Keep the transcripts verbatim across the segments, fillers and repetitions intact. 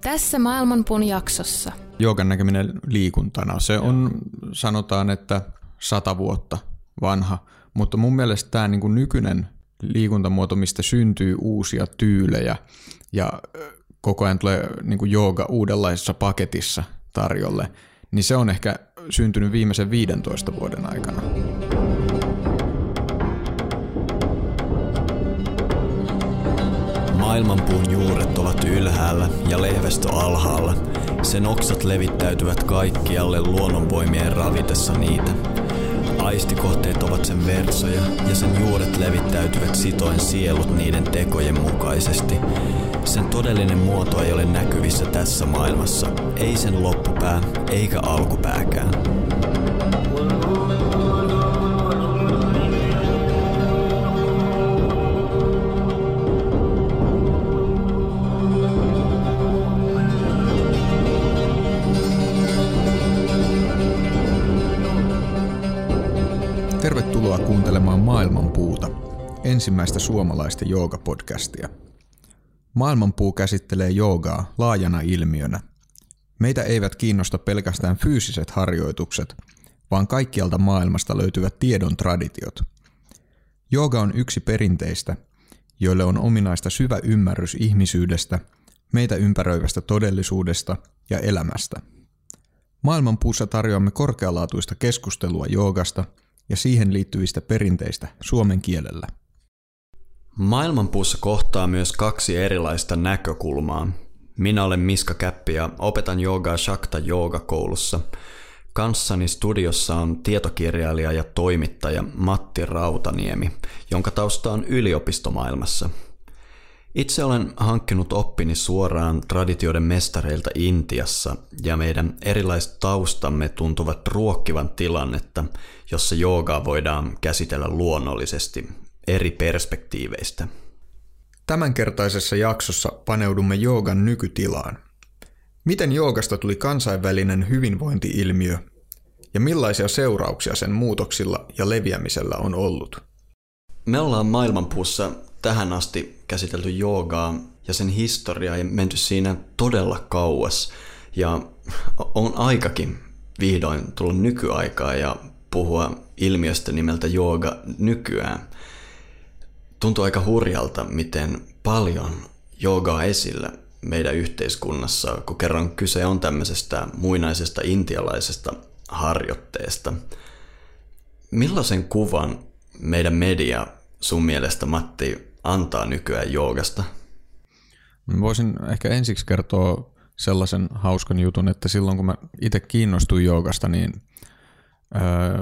Tässä Maailmanpuun jaksossa. Joogan näkeminen liikuntana, se on, sanotaan, että sata vuotta vanha, mutta mun mielestä tämä niin kuin nykyinen liikuntamuoto, mistä syntyy uusia tyylejä ja koko ajan tulee niin kuin jooga uudenlaisessa paketissa tarjolle, niin se on ehkä syntynyt viimeisen viidentoista vuoden aikana. Maailmanpuun juuret ovat ylhäällä ja lehvästö alhaalla. Sen oksat levittäytyvät kaikkialle luonnonvoimien ravitessa niitä. Aistikohteet ovat sen versoja ja sen juuret levittäytyvät sitoen sielut niiden tekojen mukaisesti. Sen todellinen muoto ei ole näkyvissä tässä maailmassa, ei sen loppupää eikä alkupääkään. Tervetuloa kuuntelemaan Maailmanpuuta, ensimmäistä suomalaista joogapodcastia. Maailmanpuu käsittelee joogaa laajana ilmiönä. Meitä eivät kiinnosta pelkästään fyysiset harjoitukset, vaan kaikkialta maailmasta löytyvät tiedon traditiot. Jooga on yksi perinteistä, joille on ominaista syvä ymmärrys ihmisyydestä, meitä ympäröivästä todellisuudesta ja elämästä. Maailmanpuussa tarjoamme korkealaatuista keskustelua joogasta ja siihen liittyvistä perinteistä suomen kielellä. Maailmanpuussa kohtaa myös kaksi erilaista näkökulmaa. Minä olen Miska Käppi ja opetan joogaa Shakta Joogakoulussa. Kanssani studiossa on tietokirjailija ja toimittaja Matti Rautaniemi, jonka tausta on yliopistomaailmassa. Itse olen hankkinut oppini suoraan traditioiden mestareilta Intiassa, ja meidän erilaiset taustamme tuntuvat ruokkivan tilannetta, jossa joogaa voidaan käsitellä luonnollisesti eri perspektiiveistä. Tämänkertaisessa jaksossa paneudumme joogan nykytilaan. Miten joogasta tuli kansainvälinen hyvinvointi-ilmiö ja millaisia seurauksia sen muutoksilla ja leviämisellä on ollut? Me ollaan Maailmanpuussa tähän asti käsitelty joogaa ja sen historiaa ja menty siinä todella kauas. Ja on aikakin vihdoin tullut nykyaikaa ja puhua ilmiöstä nimeltä jooga nykyään. Tuntuu aika hurjalta, miten paljon joogaa esillä meidän yhteiskunnassa, kun kerran kyse on tämmöisestä muinaisesta intialaisesta harjoitteesta. Millaisen kuvan meidän media sun mielestä, Matti, antaa nykyään joogasta? Voisin ehkä ensiksi kertoa sellaisen hauskan jutun, että silloin kun mä itse kiinnostuin joogasta, niin öö,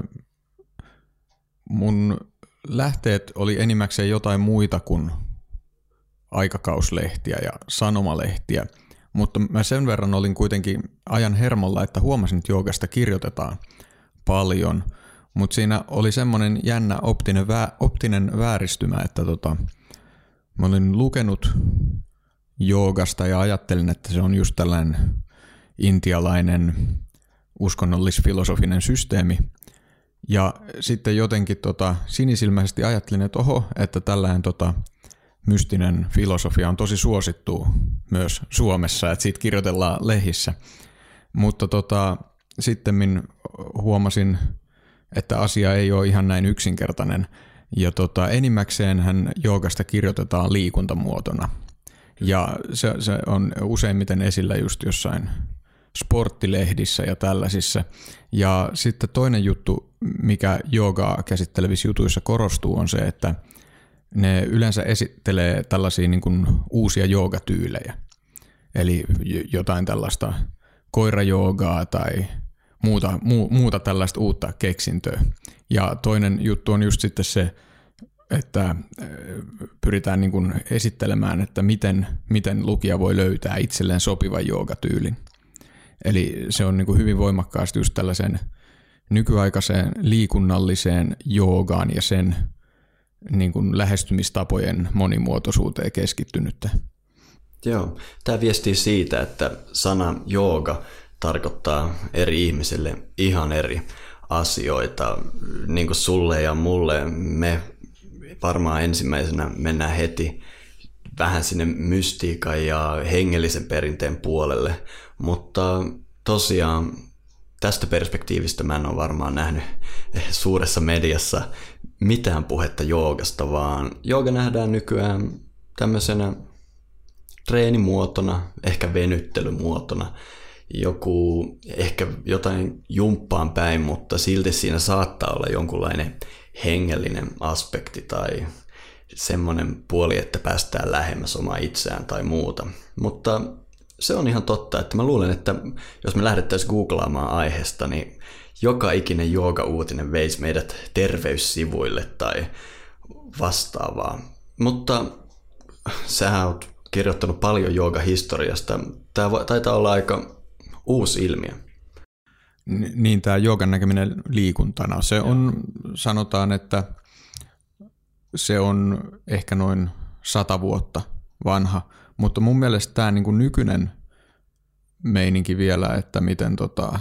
mun lähteet oli enimmäkseen jotain muita kuin aikakauslehtiä ja sanomalehtiä, mutta mä sen verran olin kuitenkin ajan hermolla, että huomasin, että joogasta kirjoitetaan paljon, mutta siinä oli semmoinen jännä optinen, vä- optinen vääristymä, että tota, mä olin lukenut joogasta ja ajattelin, että se on just tällainen intialainen uskonnollis-filosofinen systeemi. Ja sitten jotenkin tota, sinisilmäisesti ajattelin, että oho, että tällainen tota, mystinen filosofia on tosi suosittu myös Suomessa, että siitä kirjoitellaan lehissä. Mutta tota, sitten huomasin, että asia ei ole ihan näin yksinkertainen. Ja tota, enimmäkseenhän joogasta kirjoitetaan liikuntamuotona. Ja se, se on useimmiten esillä just jossain sporttilehdissä ja tällaisissa. Ja sitten toinen juttu, mikä joogaa käsittelevissä jutuissa korostuu, on se, että ne yleensä esittelee tällaisia niin kuin uusia joogatyylejä. Eli jotain tällaista koirajoogaa tai muuta, mu, muuta tällaista uutta keksintöä. Ja toinen juttu on just sitten se, että pyritään niin kuin esittelemään, että miten, miten lukija voi löytää itselleen sopivan joogatyylin. Eli se on niin kuin hyvin voimakkaasti just tällaisen nykyaikaiseen liikunnalliseen joogaan ja sen niin kuin lähestymistapojen monimuotoisuuteen keskittynyttä. Joo, tämä viestii siitä, että sana jooga tarkoittaa eri ihmisille ihan eri asioita. Niin kuin sulle ja mulle, me varmaan ensimmäisenä mennään heti vähän sinne mystiikan ja hengellisen perinteen puolelle, mutta tosiaan tästä perspektiivistä mä en ole varmaan nähnyt suuressa mediassa mitään puhetta joogasta, vaan jooga nähdään nykyään tämmöisenä treenimuotona, ehkä venyttelymuotona, joku ehkä jotain jumppaan päin, mutta silti siinä saattaa olla jonkunlainen hengellinen aspekti tai semmoinen puoli, että päästään lähemmäs omaa itseään tai muuta. Mutta se on ihan totta, että mä luulen, että jos me lähdettäisiin googlaamaan aiheesta, niin joka ikinen jooga-uutinen veisi meidät terveyssivuille tai vastaavaa. Mutta sähän oot kirjoittanut paljon joogahistoriasta. Tämä taitaa olla aika uusi ilmiö. Niin, tämä joogan näkeminen liikuntana. Se on, sanotaan, että se on ehkä noin sata vuotta vanha, mutta mun mielestä tämä niin kuin nykyinen meininki vielä, että miten tota,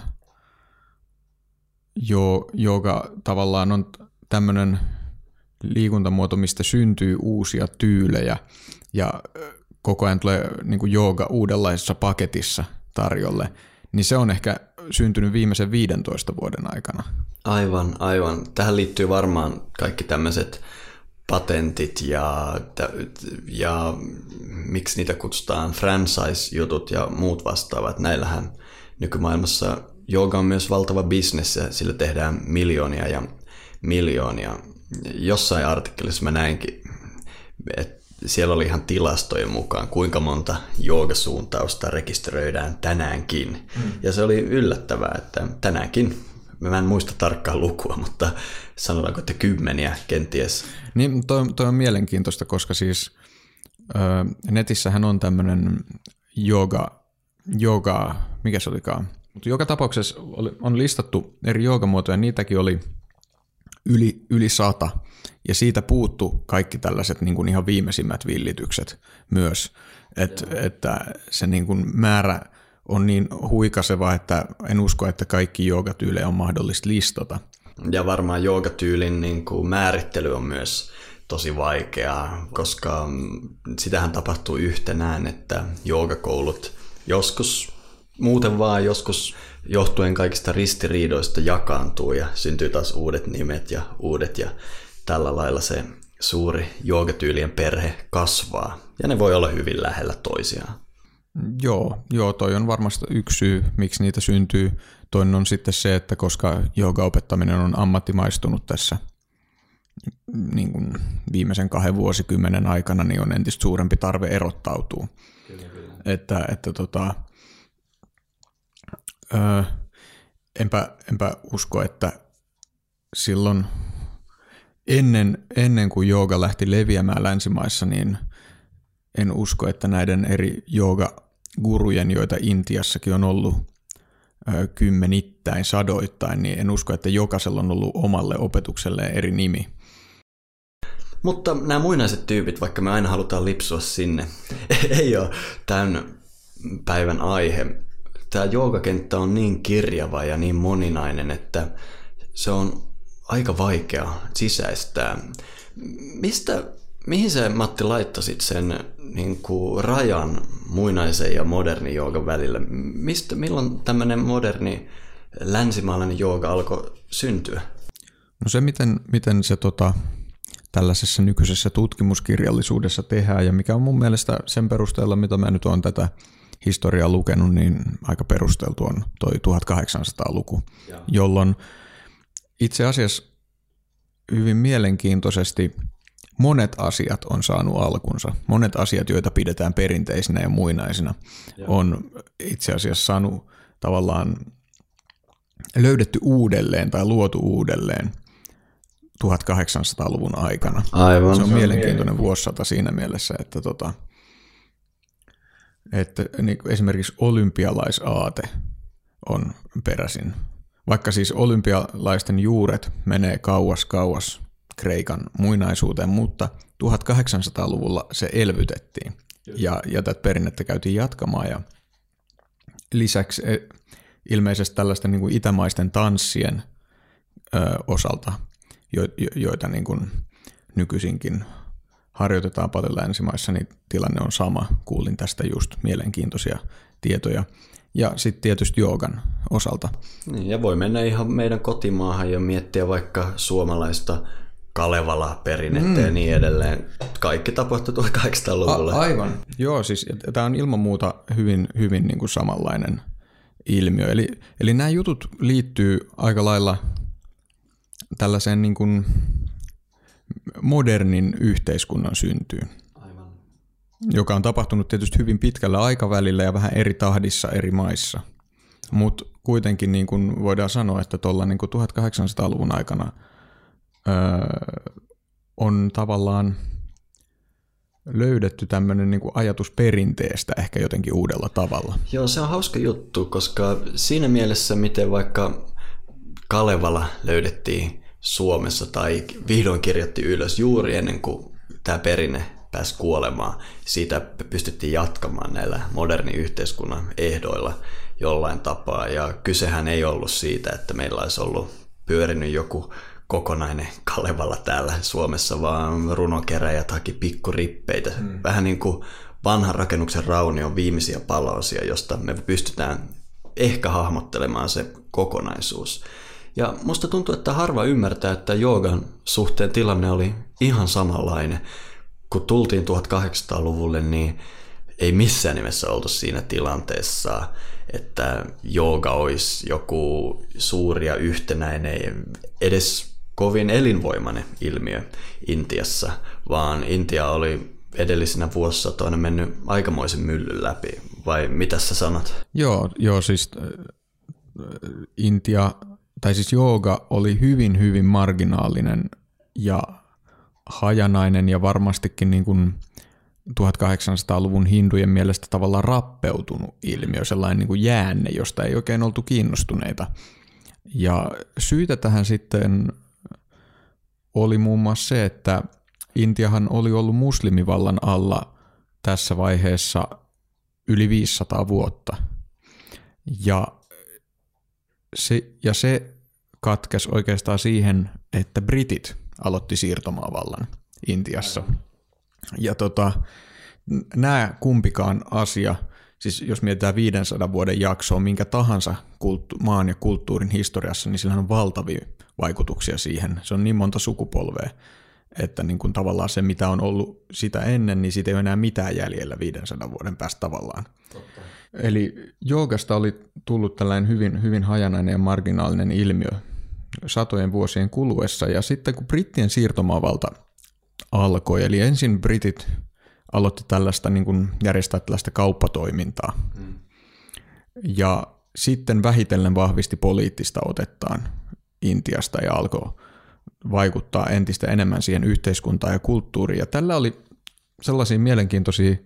jo, jooga tavallaan on tämmöinen liikuntamuoto, mistä syntyy uusia tyylejä ja koko ajan tulee niin kuin jooga uudenlaisessa paketissa tarjolle, niin se on ehkä syntynyt viimeisen viidentoista vuoden aikana. Aivan, aivan. Tähän liittyy varmaan kaikki tämmöiset patentit ja, ja miksi niitä kutsutaan franchise-jutut ja muut vastaavat. Näillähän nykymaailmassa jooga on myös valtava bisnes ja sillä tehdään miljoonia ja miljoonia. Jossain artikkelissa mä näinkin, että siellä oli ihan tilastojen mukaan, kuinka monta joogasuuntausta rekisteröidään tänäänkin. Mm. Ja se oli yllättävää, että tänäänkin, mä en muista tarkkaa lukua, mutta sanotaanko, että kymmeniä kenties. Niin, toi, toi on mielenkiintoista, koska siis ö, netissähän on tämmöinen jooga, jooga, mikä se olikaan? Mutta joka tapauksessa oli, on listattu eri joogamuotoja, niitäkin oli yli, yli sata. Ja siitä puuttu kaikki tällaiset niin kuin ihan viimeisimmät villitykset myös, Et, että se niin kuin määrä on niin huikaseva, että en usko, että kaikki joogatyylejä on mahdollista listata. Ja varmaan joogatyylin niin kuin määrittely on myös tosi vaikeaa, koska sitähän tapahtuu yhtenään, että joogakoulut joskus muuten vaan, joskus johtuen kaikista ristiriidoista jakaantuu ja syntyy taas uudet nimet ja uudet ja tällä lailla se suuri joogatyylien perhe kasvaa ja ne voi olla hyvin lähellä toisiaan. Joo, joo, toi on varmasti yksi syy, miksi niitä syntyy. Toinen on sitten se, että koska joogaopettaminen on ammattimaistunut tässä niin kuin viimeisen kahden vuosikymmenen aikana, niin on entistä suurempi tarve erottautua. Kyllä, kyllä. Että, että tota, ö, enpä, enpä usko, että silloin ennen, ennen kuin jooga lähti leviämään länsimaissa, niin en usko, että näiden eri joogagurujen, joita Intiassakin on ollut ö, kymmenittäin, sadoittain, niin en usko, että jokaisella on ollut omalle opetukselleen eri nimi. Mutta nämä muinaiset tyypit, vaikka me aina halutaan lipsua sinne, ei ole tämän päivän aihe. Tämä joogakenttä on niin kirjava ja niin moninainen, että se on aika vaikea sisäistää. Mistä, mihin sä, Matti, laittasit sen niin kuin rajan muinaisen ja modernin joogan välillä? Mistä, milloin tämmöinen moderni länsimaalainen jooga alkoi syntyä? No se, miten, miten se tota, tällaisessa nykyisessä tutkimuskirjallisuudessa tehdään, ja mikä on mun mielestä sen perusteella, mitä mä nyt oon tätä historiaa lukenut, niin aika perusteltu on toi tuhatkahdeksansataaluku, ja jolloin itse asiassa hyvin mielenkiintoisesti monet asiat on saanut alkunsa. Monet asiat, joita pidetään perinteisinä ja muinaisina, ja on itse asiassa saanut tavallaan löydetty uudelleen tai luotu uudelleen tuhatkahdeksansataaluvun aikana. Aivan. Se on mielenkiintoinen vuosisata siinä mielessä, että, tota, että niin esimerkiksi olympialaisaate on peräisin. Vaikka siis olympialaisten juuret menee kauas kauas Kreikan muinaisuuteen, mutta tuhatkahdeksansataaluvulla se elvytettiin ja, ja tätä perinnettä käytiin jatkamaan. Ja lisäksi ilmeisesti tällaisten niin kuin itämaisten tanssien ö, osalta, jo, jo, joita niin kuin nykyisinkin harjoitetaan paljon länsimaissa, niin tilanne on sama. Kuulin tästä just mielenkiintoisia tietoja. Ja sitten tietysti joogan osalta. Niin, ja voi mennä ihan meidän kotimaahan ja miettiä vaikka suomalaista Kalevala-perinnettä mm. ja niin edelleen. Kaikki tapahtui tuhatkahdeksansataaluvulla. A- aivan. Joo, siis tämä on ilman muuta hyvin, hyvin niin kuin samanlainen ilmiö. Eli, eli nämä jutut liittyy aika lailla tällaiseen niin kuin modernin yhteiskunnan syntyyn, Aivan. joka on tapahtunut tietysti hyvin pitkällä aikavälillä ja vähän eri tahdissa eri maissa. Mutta kuitenkin niin kuin voidaan sanoa, että tuolla niin kuin tuhatkahdeksansataaluvun aikana öö, on tavallaan löydetty tämmöinen niin kuin ajatus perinteestä ehkä jotenkin uudella tavalla. Joo, se on hauska juttu, koska siinä mielessä, miten vaikka Kalevala löydettiin Suomessa tai vihdoin kirjoitti ylös juuri ennen kuin tämä perinne pääsi kuolemaan, siitä pystyttiin jatkamaan näillä modernin yhteiskunnan ehdoilla jollain tapaa. Ja kysehän ei ollut siitä, että meillä olisi ollut pyörinyt joku kokonainen Kalevala täällä Suomessa, vaan runokeräjät haki pikkurippeitä. Hmm. Vähän niin kuin vanhan rakennuksen raunion viimeisiä palaosia, josta me pystytään ehkä hahmottelemaan se kokonaisuus. Ja musta tuntuu, että harva ymmärtää, että joogan suhteen tilanne oli ihan samanlainen. Kun tultiin tuhatkahdeksansataaluvulle, niin ei missään nimessä oltu siinä tilanteessa, että jooga olisi joku suuri ja yhtenäinen, edes kovin elinvoimainen ilmiö Intiassa, vaan Intia oli edellisinä vuosisatoina mennyt aikamoisen myllyn läpi. Vai mitä sä sanot? Joo, joo siis äh, Intia, tai siis jooga oli hyvin, hyvin marginaalinen ja hajanainen ja varmastikin niin kuin tuhatkahdeksansataaluvun hindujen mielestä tavallaan rappeutunut ilmiö, sellainen niin kuin jäänne, josta ei oikein oltu kiinnostuneita. Ja syitä tähän sitten oli muun muassa se, että Intiahan oli ollut muslimivallan alla tässä vaiheessa yli viisisataa vuotta. Ja se, ja se katkesi oikeastaan siihen, että britit aloitti siirtomaavallan Intiassa. Ja tota, nämä kumpikaan asia, siis jos mietitään viidensadan vuoden jaksoa minkä tahansa kulttu- maan ja kulttuurin historiassa, niin sillä on valtavia vaikutuksia siihen. Se on niin monta sukupolvea, että niin kuin tavallaan se, mitä on ollut sitä ennen, niin siitä ei ole enää mitään jäljellä viidensadan vuoden päästä tavallaan. Totta. Eli joogasta oli tullut tällainen hyvin, hyvin hajanainen ja marginaalinen ilmiö satojen vuosien kuluessa. Ja sitten kun brittien siirtomaavalta alkoi, eli ensin britit aloitti tällaista niin kuin järjestää tällaista kauppatoimintaa. Mm. Ja sitten vähitellen vahvisti poliittista otettaan Intiasta ja alkoi vaikuttaa entistä enemmän siihen yhteiskuntaan ja kulttuuriin. Ja tällä oli sellaisia mielenkiintoisia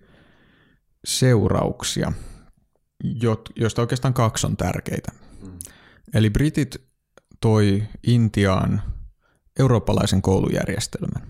seurauksia, joista oikeastaan kaksi on tärkeitä. Mm. Eli britit toi Intiaan eurooppalaisen koulujärjestelmän.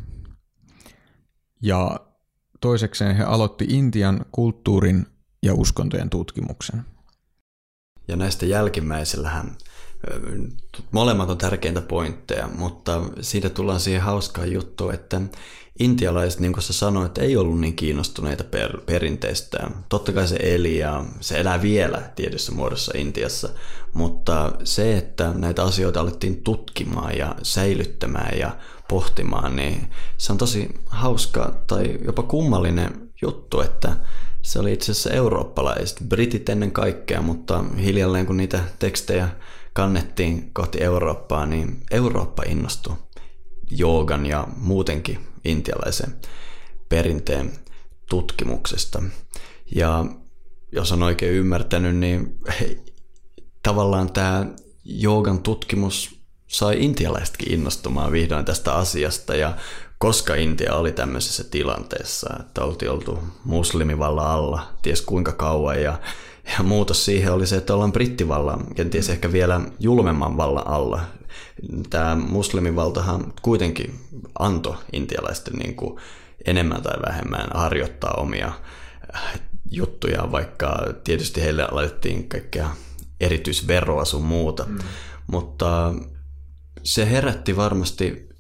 Ja toisekseen he aloitti Intian kulttuurin ja uskontojen tutkimuksen. Ja näistä jälkimmäisillähän molemmat on tärkeintä pointteja, mutta siitä tullaan siihen hauskaan juttuun, että intialaiset, niin kuin sä sanoit, ei ollut niin kiinnostuneita per, perinteistään. Totta kai se eli ja se elää vielä tietyssä muodossa Intiassa, mutta se, että näitä asioita alettiin tutkimaan ja säilyttämään ja pohtimaan, niin se on tosi hauska tai jopa kummallinen juttu, että se oli itse asiassa eurooppalaiset, britit ennen kaikkea, mutta hiljalleen kun niitä tekstejä kannettiin kohti Eurooppaa, niin Eurooppa innostui joogan ja muutenkin intialaisen perinteen tutkimuksesta. Ja jos on oikein ymmärtänyt, niin tavallaan tämä joogan tutkimus sai intialaisetkin innostumaan vihdoin tästä asiasta. Ja koska Intia oli tämmöisessä tilanteessa, että oltiin oltu muslimivallan alla ties kuinka kauan ja Ja muutos siihen oli se, että ollaan brittivallan, kenties ehkä vielä julmemman vallan alla. Tämä muslimivaltahan kuitenkin antoi intialaisten niin kuin enemmän tai vähemmän harjoittaa omia juttuja, vaikka tietysti heille laitettiin kaikkea erityisveroa sun muuta. Mm. Mutta se herätti varmasti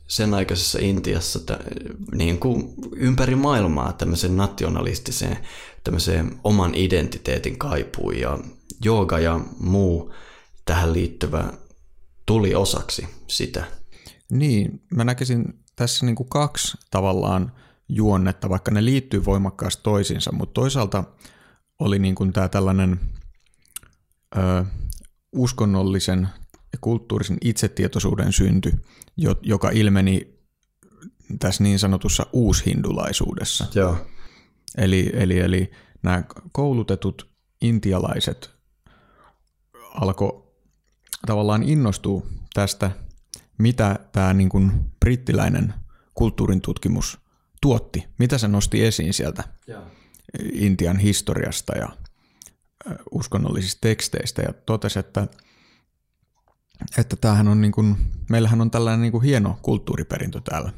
sen aikaisessa Intiassa t- niin kuin ympäri maailmaa tämmöisen nationalistiseen, tämmöiseen oman identiteetin kaipuun ja jooga ja muu tähän liittyvä tuli osaksi sitä. Niin, mä näkisin tässä niin kuin kaksi tavallaan juonnetta, vaikka ne liittyy voimakkaasti toisiinsa, mutta toisaalta oli niin kuin tämä tällainen ö, uskonnollisen ja kulttuurisen itsetietoisuuden synty, joka ilmeni tässä niin sanotussa uushindulaisuudessa. Joo. Eli, eli, eli nämä koulutetut intialaiset alkoi tavallaan innostua tästä, mitä tämä niin kuin brittiläinen kulttuurin tutkimus tuotti, mitä se nosti esiin sieltä Joo. Intian historiasta ja uskonnollisista teksteistä ja totesi, että, että tämähän on niin kuin, meillähän on tällainen niin kuin hieno kulttuuriperintö täällä.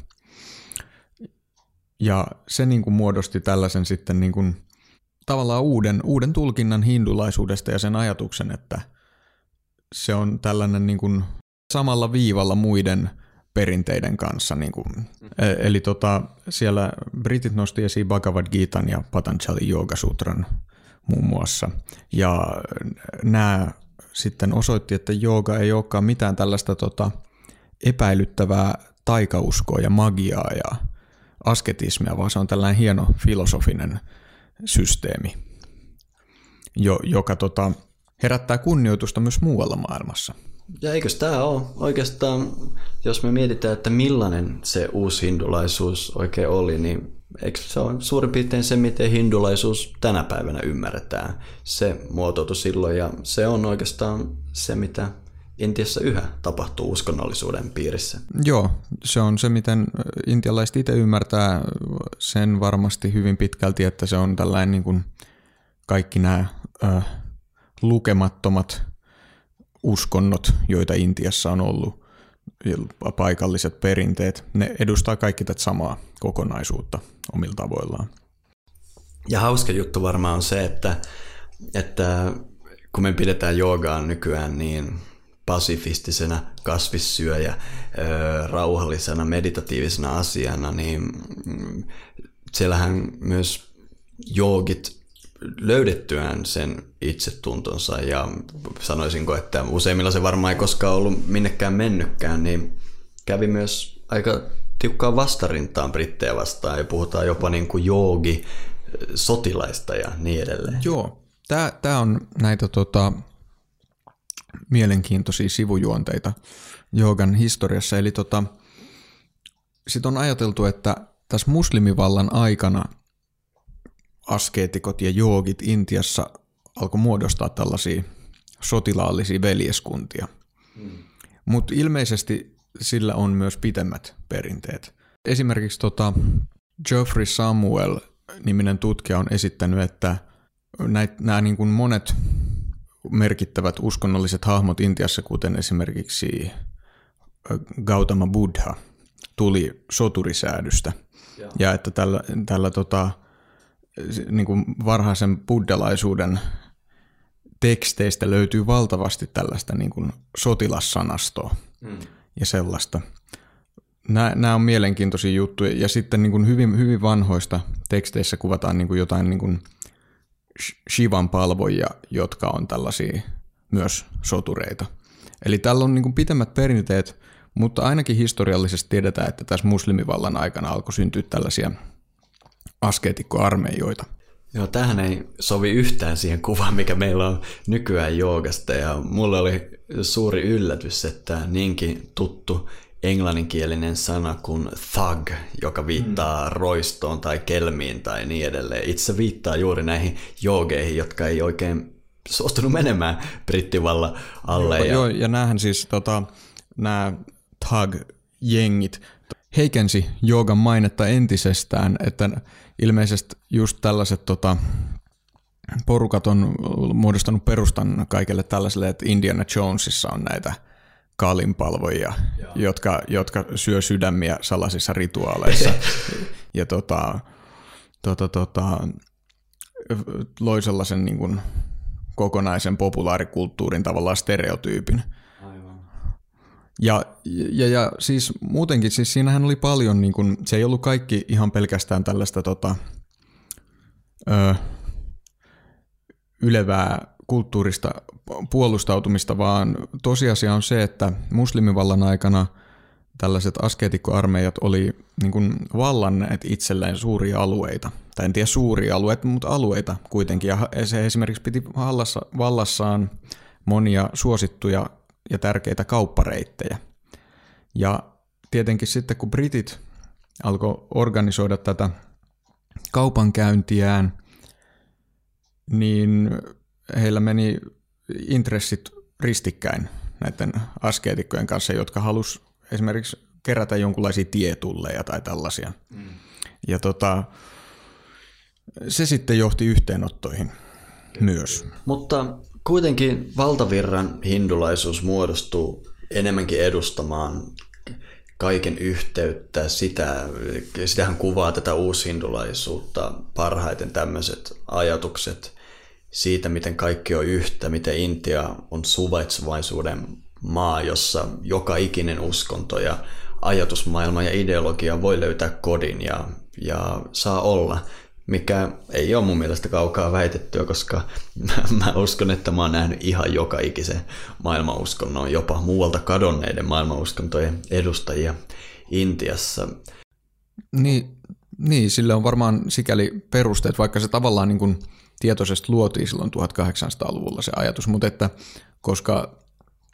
Ja se niin kuin muodosti tällaisen sitten niin kuin, tavallaan uuden, uuden tulkinnan hindulaisuudesta ja sen ajatuksen, että se on tällainen niin kuin samalla viivalla muiden perinteiden kanssa. Niin kuin. Eli tota, siellä britit nosti esiin Bhagavad Gitan ja Patanjali Yoga Sutran muun muassa. Ja nämä sitten osoitti, että jooga ei olekaan mitään tällaista tota, epäilyttävää taikauskoa ja magiaa ja asketismia, vaan se on tällainen hieno filosofinen systeemi, jo, joka tota, herättää kunnioitusta myös muualla maailmassa. Ja eikös tämä ole oikeastaan, jos me mietitään, että millainen se uusi hindulaisuus oikein oli, niin eikö se ole suurin piirtein se, miten hindulaisuus tänä päivänä ymmärretään. Se muotoutui silloin ja se on oikeastaan se, mitä Intiassa yhä tapahtuu uskonnollisuuden piirissä. Joo, se on se, miten intialaiset itse ymmärtää sen varmasti hyvin pitkälti, että se on tällainen niin kuin kaikki nämä äh, lukemattomat uskonnot, joita Intiassa on ollut, paikalliset perinteet, ne edustaa kaikki tätä samaa kokonaisuutta omilla tavoillaan. Ja hauska juttu varmaan on se, että, että kun me pidetään joogaa nykyään niin pasifistisena kasvissyöjä, rauhallisena, meditatiivisena asiana, niin siellähän myös joogit löydettyään sen itsetuntonsa ja sanoisinko, että useimmilla se varmaan ei koskaan ollut minnekään mennytkään, niin kävi myös aika tiukkaan vastarintaan brittejä vastaan ja puhutaan jopa niin kuin joogi sotilaista ja niin edelleen. Joo, tämä, tämä on näitä tota, mielenkiintoisia sivujuonteita joogan historiassa, eli tota, sit on ajateltu, että tässä muslimivallan aikana askeetikot ja joogit Intiassa alkoi muodostaa tällaisia sotilaallisia veljeskuntia. Hmm. Mutta ilmeisesti sillä on myös pitemmät perinteet. Esimerkiksi tota Geoffrey Samuel-niminen tutkija on esittänyt, että nämä niin kuin monet merkittävät uskonnolliset hahmot Intiassa, kuten esimerkiksi Gautama Buddha, tuli soturisäädystä. Ja, ja että tällä, tällä tota, niin kuin varhaisen buddhalaisuuden teksteistä löytyy valtavasti tällaista niin kuin sotilassanastoa mm. ja sellaista. Nämä, nämä on mielenkiintoisia juttuja. Ja sitten niin kuin hyvin, hyvin vanhoista teksteissä kuvataan niin kuin jotain niin kuin Shivan palvojia, jotka on tällaisia myös sotureita. Eli tällä on niin kuin pitemmät perinteet, mutta ainakin historiallisesti tiedetään, että tässä muslimivallan aikana alkoi syntyä tällaisia askeetikkoarmeijoita. Joo, tämähän ei sovi yhtään siihen kuvaan, mikä meillä on nykyään joogasta, ja mulle oli suuri yllätys, että niinkin tuttu englanninkielinen sana kuin thug, joka viittaa mm. roistoon tai kelmiin tai niin edelleen. Itse viittaa juuri näihin joogeihin, jotka ei oikein suostunut menemään brittivallan alle. Joo, ja, joo, ja näähän siis tota, nämä thug-jengit heikensi joogan mainetta entisestään, että ilmeisesti just tällaiset tota, porukat on muodostanut perustan kaikille tällaiselle, että Indiana Jonesissa on näitä kaalinpalvojia, jotka, jotka syö sydämiä salaisissa rituaaleissa ja tota, tota, tota, loi sellaisen niin kuin kokonaisen populaarikulttuurin tavallaan stereotyypin. Aivan. Ja, ja, ja siis muutenkin, siis siinähän oli paljon, niin kun, se ei ollut kaikki ihan pelkästään tällaista tota, ö, ylevää kulttuurista puolustautumista, vaan tosiasia on se, että muslimivallan aikana tällaiset askeetikkoarmeijat oli niin kuin vallanneet itselleen suuria alueita. Tai en tiedä suuria alueita, mutta alueita kuitenkin. Ja se esimerkiksi piti vallassa, vallassaan monia suosittuja ja tärkeitä kauppareittejä. Ja tietenkin sitten kun britit alkoi organisoida tätä kaupankäyntiään, niin heillä meni intressit ristikkäin näiden askeetikkojen kanssa, jotka halusi esimerkiksi kerätä jonkinlaisia tietulleja tai tällaisia. Mm. Ja tota, se sitten johti yhteenottoihin myös. Mutta kuitenkin valtavirran hindulaisuus muodostuu enemmänkin edustamaan kaiken yhteyttä. Sitä, sitähän kuvaa tätä uushindulaisuutta parhaiten tämmöiset ajatukset siitä, miten kaikki on yhtä, miten Intia on suvaitsevaisuuden maa, jossa joka ikinen uskonto ja ajatusmaailma ja ideologia voi löytää kodin ja, ja saa olla, mikä ei ole mun mielestä kaukaa väitettyä, koska mä, mä uskon, että mä oon nähnyt ihan joka ikisen maailmanuskonnon, jopa muualta kadonneiden maailmanuskontojen edustajia Intiassa. Niin, niin, sillä on varmaan sikäli perusteet, vaikka se tavallaan niin kuin tietoisesti luotiin silloin tuhatkahdeksansataaluvulla se ajatus, mutta että koska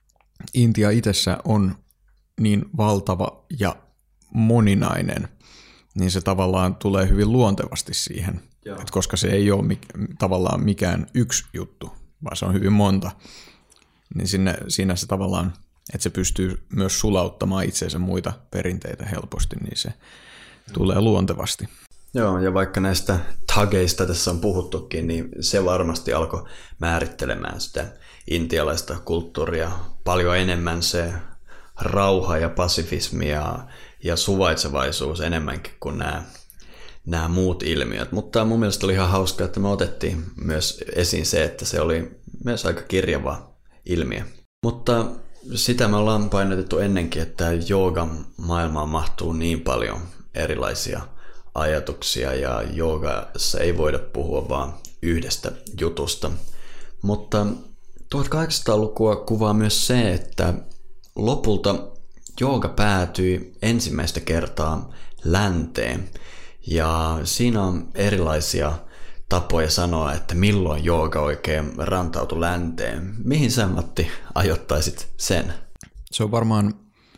Intia itsessä on niin valtava ja moninainen, niin se tavallaan tulee hyvin luontevasti siihen, että koska se ei ole mik- tavallaan mikään yksi juttu, vaan se on hyvin monta, niin sinne, siinä se tavallaan, että se pystyy myös sulauttamaan itseensä muita perinteitä helposti, niin se tulee luontevasti. Joo, ja vaikka näistä tageista tässä on puhuttukin, niin se varmasti alkoi määrittelemään sitä intialaista kulttuuria paljon enemmän, se rauha ja pasifismi ja, ja suvaitsevaisuus enemmänkin kuin nämä, nämä muut ilmiöt. Mutta mun mielestä oli ihan hauskaa, että me otettiin myös esiin se, että se oli myös aika kirjava ilmiö. Mutta sitä me ollaan painotettu ennenkin, että joogan maailmaan mahtuu niin paljon erilaisia ajatuksia ja joogassa ei voida puhua vaan yhdestä jutusta. Mutta tuhatkahdeksansataalukua kuvaa myös se, että lopulta jooga päätyi ensimmäistä kertaa länteen. Ja siinä on erilaisia tapoja sanoa, että milloin jooga oikein rantautui länteen. Mihin sä, Matti, ajoittaisit sen? Se on varmaan,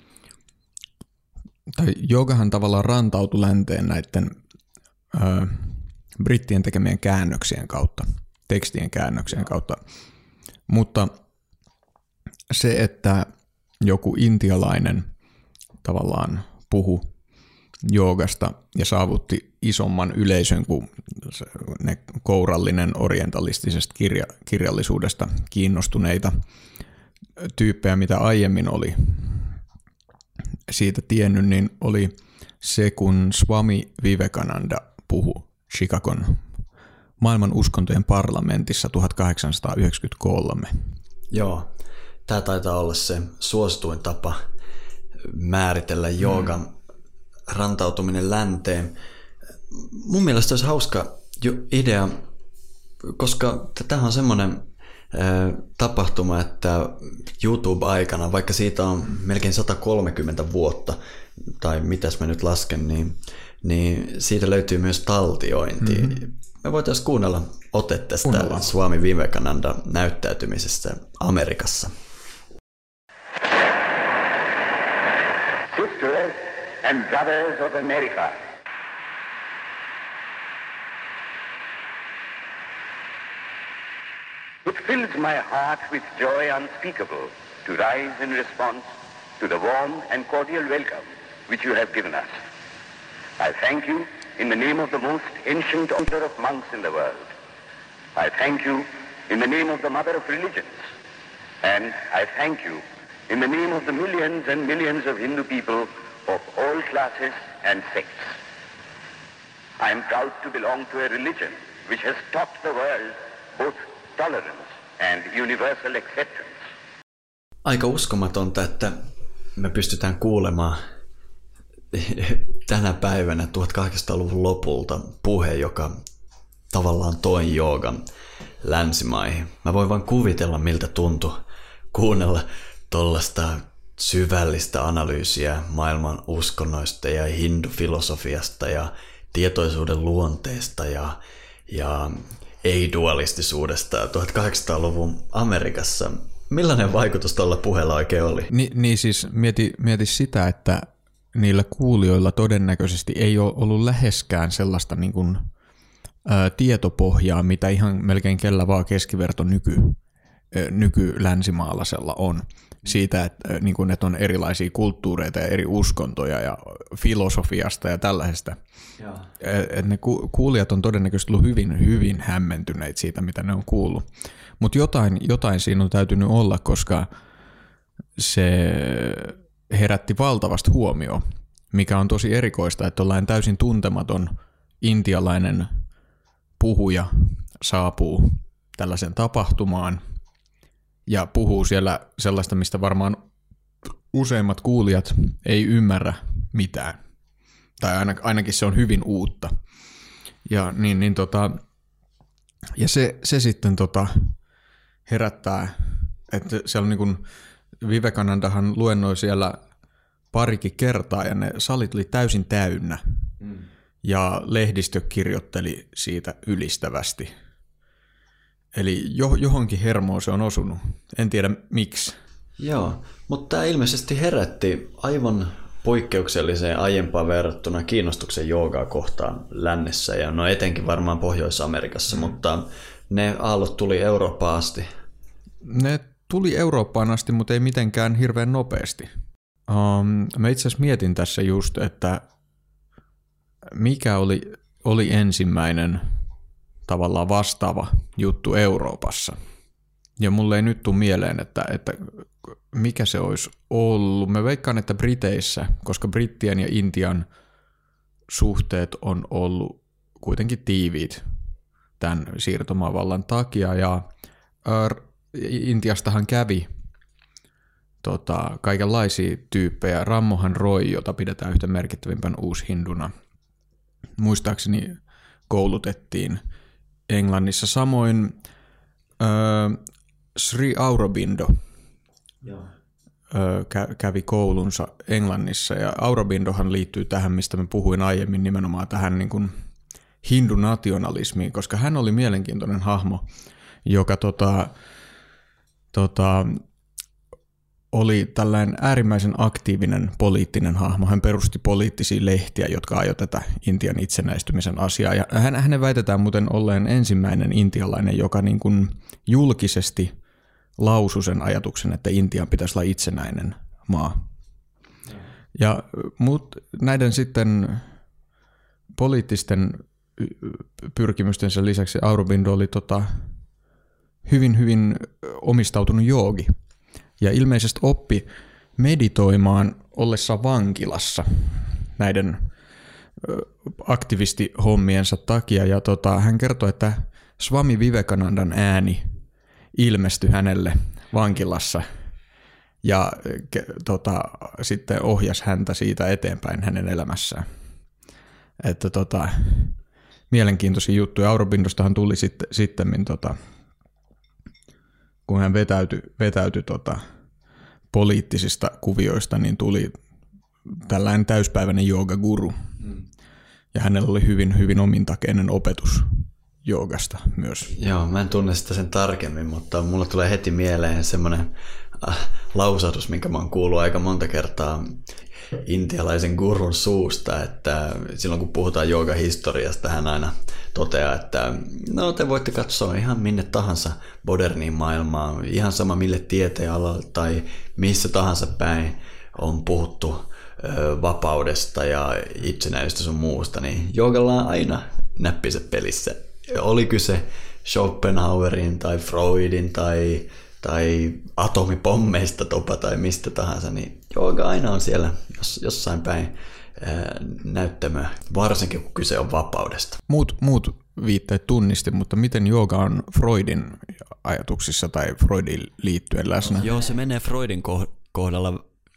tai joogahan tavallaan rantautui länteen näiden ö, brittien tekemien käännöksien kautta, tekstien käännöksien kautta. Mutta se, että joku intialainen tavallaan puhui joogasta ja saavutti isomman yleisön kuin ne kourallinen orientalistisesta kirja, kirjallisuudesta kiinnostuneita tyyppejä, mitä aiemmin oli siitä tiennyt, niin oli se, kun Swami Vivekananda puhui Chicagon maailman uskontojen parlamentissa tuhatkahdeksansataayhdeksänkymmentäkolme. Joo, tämä taitaa olla se suosituin tapa määritellä joogan mm. rantautuminen länteen. Mun mielestä olisi hauska idea, koska tämä on semmoinen tapahtuma, että YouTube-aikana, vaikka siitä on melkein sata kolmekymmentä vuotta, tai mitäs mä nyt lasken, niin, niin siitä löytyy myös taltiointi. Mm-hmm. Me voitaisiin kuunnella ote tästä Kuunnellaan. Swami Vivekananda näyttäytymisestä Amerikassa. Sisters and brothers of America. It fills my heart with joy unspeakable to rise in response to the warm and cordial welcome which you have given us. I thank you in the name of the most ancient order of monks in the world. I thank you in the name of the mother of religions. And I thank you in the name of the millions and millions of Hindu people of all classes and sects. I am proud to belong to a religion which has taught the world both tolerance and universal acceptance. Aika uskomatonta, että me pystytään kuulemaan tänä päivänä tuhatkahdeksansataaluvun lopulta puhe, joka tavallaan toi joogan länsimaihin. Mä voin vaan kuvitella, miltä tuntui kuunnella tollaista syvällistä analyysiä maailman uskonnoista ja hindufilosofiasta ja tietoisuuden luonteesta ja, ja ei-dualistisuudesta tuhatkahdeksansataaluvun Amerikassa. Millainen vaikutus tuolla puheella oikein oli? Ni, niin siis mieti, mieti sitä, että niillä kuulijoilla todennäköisesti ei ole ollut läheskään sellaista niin kuin, ä, tietopohjaa, mitä ihan melkein kellä vaan keskiverto nyky, ä, nykylänsimaalaisella on. Siitä, että, niin kuin, että on erilaisia kulttuureita ja eri uskontoja ja filosofiasta ja tällaisesta. Et ne ku, kuulijat on todennäköisesti ollut hyvin, hyvin hämmentyneitä siitä, mitä ne on kuullut. Mutta jotain, jotain siinä on täytynyt olla, koska se herätti valtavasti huomioon, mikä on tosi erikoista, että jollain täysin tuntematon intialainen puhuja saapuu tällaisen tapahtumaan ja puhuu siellä sellaista, mistä varmaan useimmat kuulijat ei ymmärrä mitään. Tai ainakin se on hyvin uutta. Ja, niin, niin tota, ja se, se sitten tota herättää, että siellä on niin kuin Vivekanandahan luennoi siellä parikin kertaa ja ne salit oli täysin täynnä. Mm. Ja lehdistö kirjoitteli siitä ylistävästi. Eli johonkin hermoon se on osunut. En tiedä miksi. Joo, mutta tämä ilmeisesti herätti aivan poikkeukselliseen aiempaan verrattuna kiinnostuksen joogaa kohtaan lännessä ja no etenkin varmaan Pohjois-Amerikassa, mm. mutta ne aallot tuli Eurooppaan asti. Ne tuli Eurooppaan asti, mutta ei mitenkään hirveän nopeasti. Um, mä itse asiassa mietin tässä just, että mikä oli, oli ensimmäinen tavallaan vastaava juttu Euroopassa. Ja mulle ei nyt tule mieleen, että, että mikä se olisi ollut. Mä veikkaan, että Briteissä, koska Brittien ja Intian suhteet on ollut kuitenkin tiiviit tämän siirtomaavallan takia. Ja äh, Intiastahan kävi tota, kaikenlaisia tyyppejä. Rammohan Roy, jota pidetään yhtä merkittävimpän uushinduna, muistaakseni koulutettiin Englannissa. Samoin äh, Sri Aurobindo Joo. Kä- kävi koulunsa Englannissa, ja Aurobindohan liittyy tähän, mistä mä puhuin aiemmin, nimenomaan tähän niin kuin hindunationalismiin, koska hän oli mielenkiintoinen hahmo, joka tota, tota, oli tällainen äärimmäisen aktiivinen poliittinen hahmo. Hän perusti poliittisia lehtiä, jotka ajoi tätä Intian itsenäistymisen asiaa. Ja hän, hänen väitetään muuten olleen ensimmäinen intialainen, joka niin kuin julkisesti lausui sen ajatuksen, että Intian pitäisi olla itsenäinen maa. Ja mut näiden sitten poliittisten pyrkimystensä lisäksi Aurobindo oli tota hyvin, hyvin omistautunut joogi. Ja ilmeisesti oppi meditoimaan ollessa vankilassa näiden aktivistihommiensa takia. Ja tota, hän kertoi, että Swami Vivekanandan ääni ilmestyi hänelle vankilassa ja tota, sitten ohjasi häntä siitä eteenpäin hänen elämässään. Että tota, mielenkiintoisia juttuja. Aurobindostahan tuli sitten, sitten tota, kun hän vetäytyi, vetäytyi tota, poliittisista kuvioista, niin tuli tällainen täyspäiväinen joogaguru. Mm. Ja hänellä oli hyvin, hyvin omintakeinen opetus joogasta myös. Joo, mä en tunne sitä sen tarkemmin, mutta mulla tulee heti mieleen semmoinen äh, lausahdus, minkä mä oon kuullut aika monta kertaa intialaisen gurun suusta, että silloin kun puhutaan joogahistoriasta, hän aina toteaa, että no te voitte katsoa ihan minne tahansa moderniin maailmaan, ihan sama mille tieteenalalle tai missä tahansa päin on puhuttu ö, vapaudesta ja itsenäisyydestä sun muusta, niin joogalla on aina näppisä pelissä. Oli kyse Schopenhauerin tai Freudin tai, tai atomipommeista topa tai mistä tahansa, niin jooga aina on siellä jos, jossain päin ää, näyttämöä, varsinkin kun kyse on vapaudesta. Muut, muut viitteet tunnisti, mutta miten jooga on Freudin ajatuksissa tai Freudin liittyen läsnä? Joo, se menee Freudin kohdalla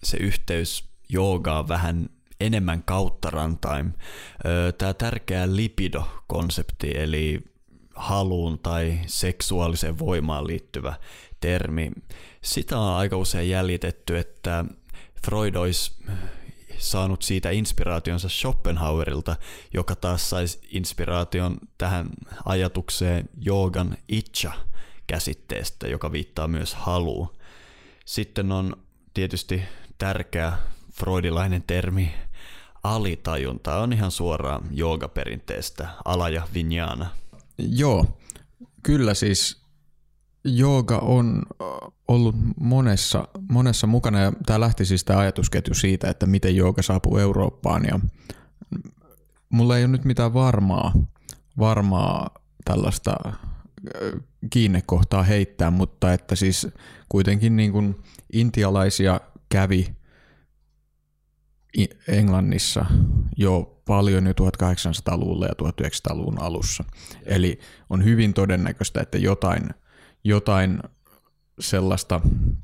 se yhteys joogaan vähän enemmän kautta rantain. Tämä tärkeä libido-konsepti, eli haluun tai seksuaaliseen voimaan liittyvä termi, sitä on aika usein jäljitetty, että Freud olisi saanut siitä inspiraationsa Schopenhauerilta, joka taas saisi inspiraation tähän ajatukseen joogan itcha-käsitteestä, joka viittaa myös haluun. Sitten on tietysti tärkeä freudilainen termi alitajunta, on ihan suoraan joogaperinteestä, ala ja vijnana. Joo, kyllä siis jooga on ollut monessa, monessa mukana ja tämä lähti siis tämä ajatusketju siitä, että miten jooga saapuu Eurooppaan ja mulla ei ole nyt mitään varmaa, varmaa tällaista kiinnekohtaa heittää, mutta että siis kuitenkin niin kuin intialaisia kävi Englannissa jo paljon jo tuhatkahdeksansataaluvulla ja tuhatyhdeksänsataaluvun alussa. Eli on hyvin todennäköistä, että jotain, jotain sellaista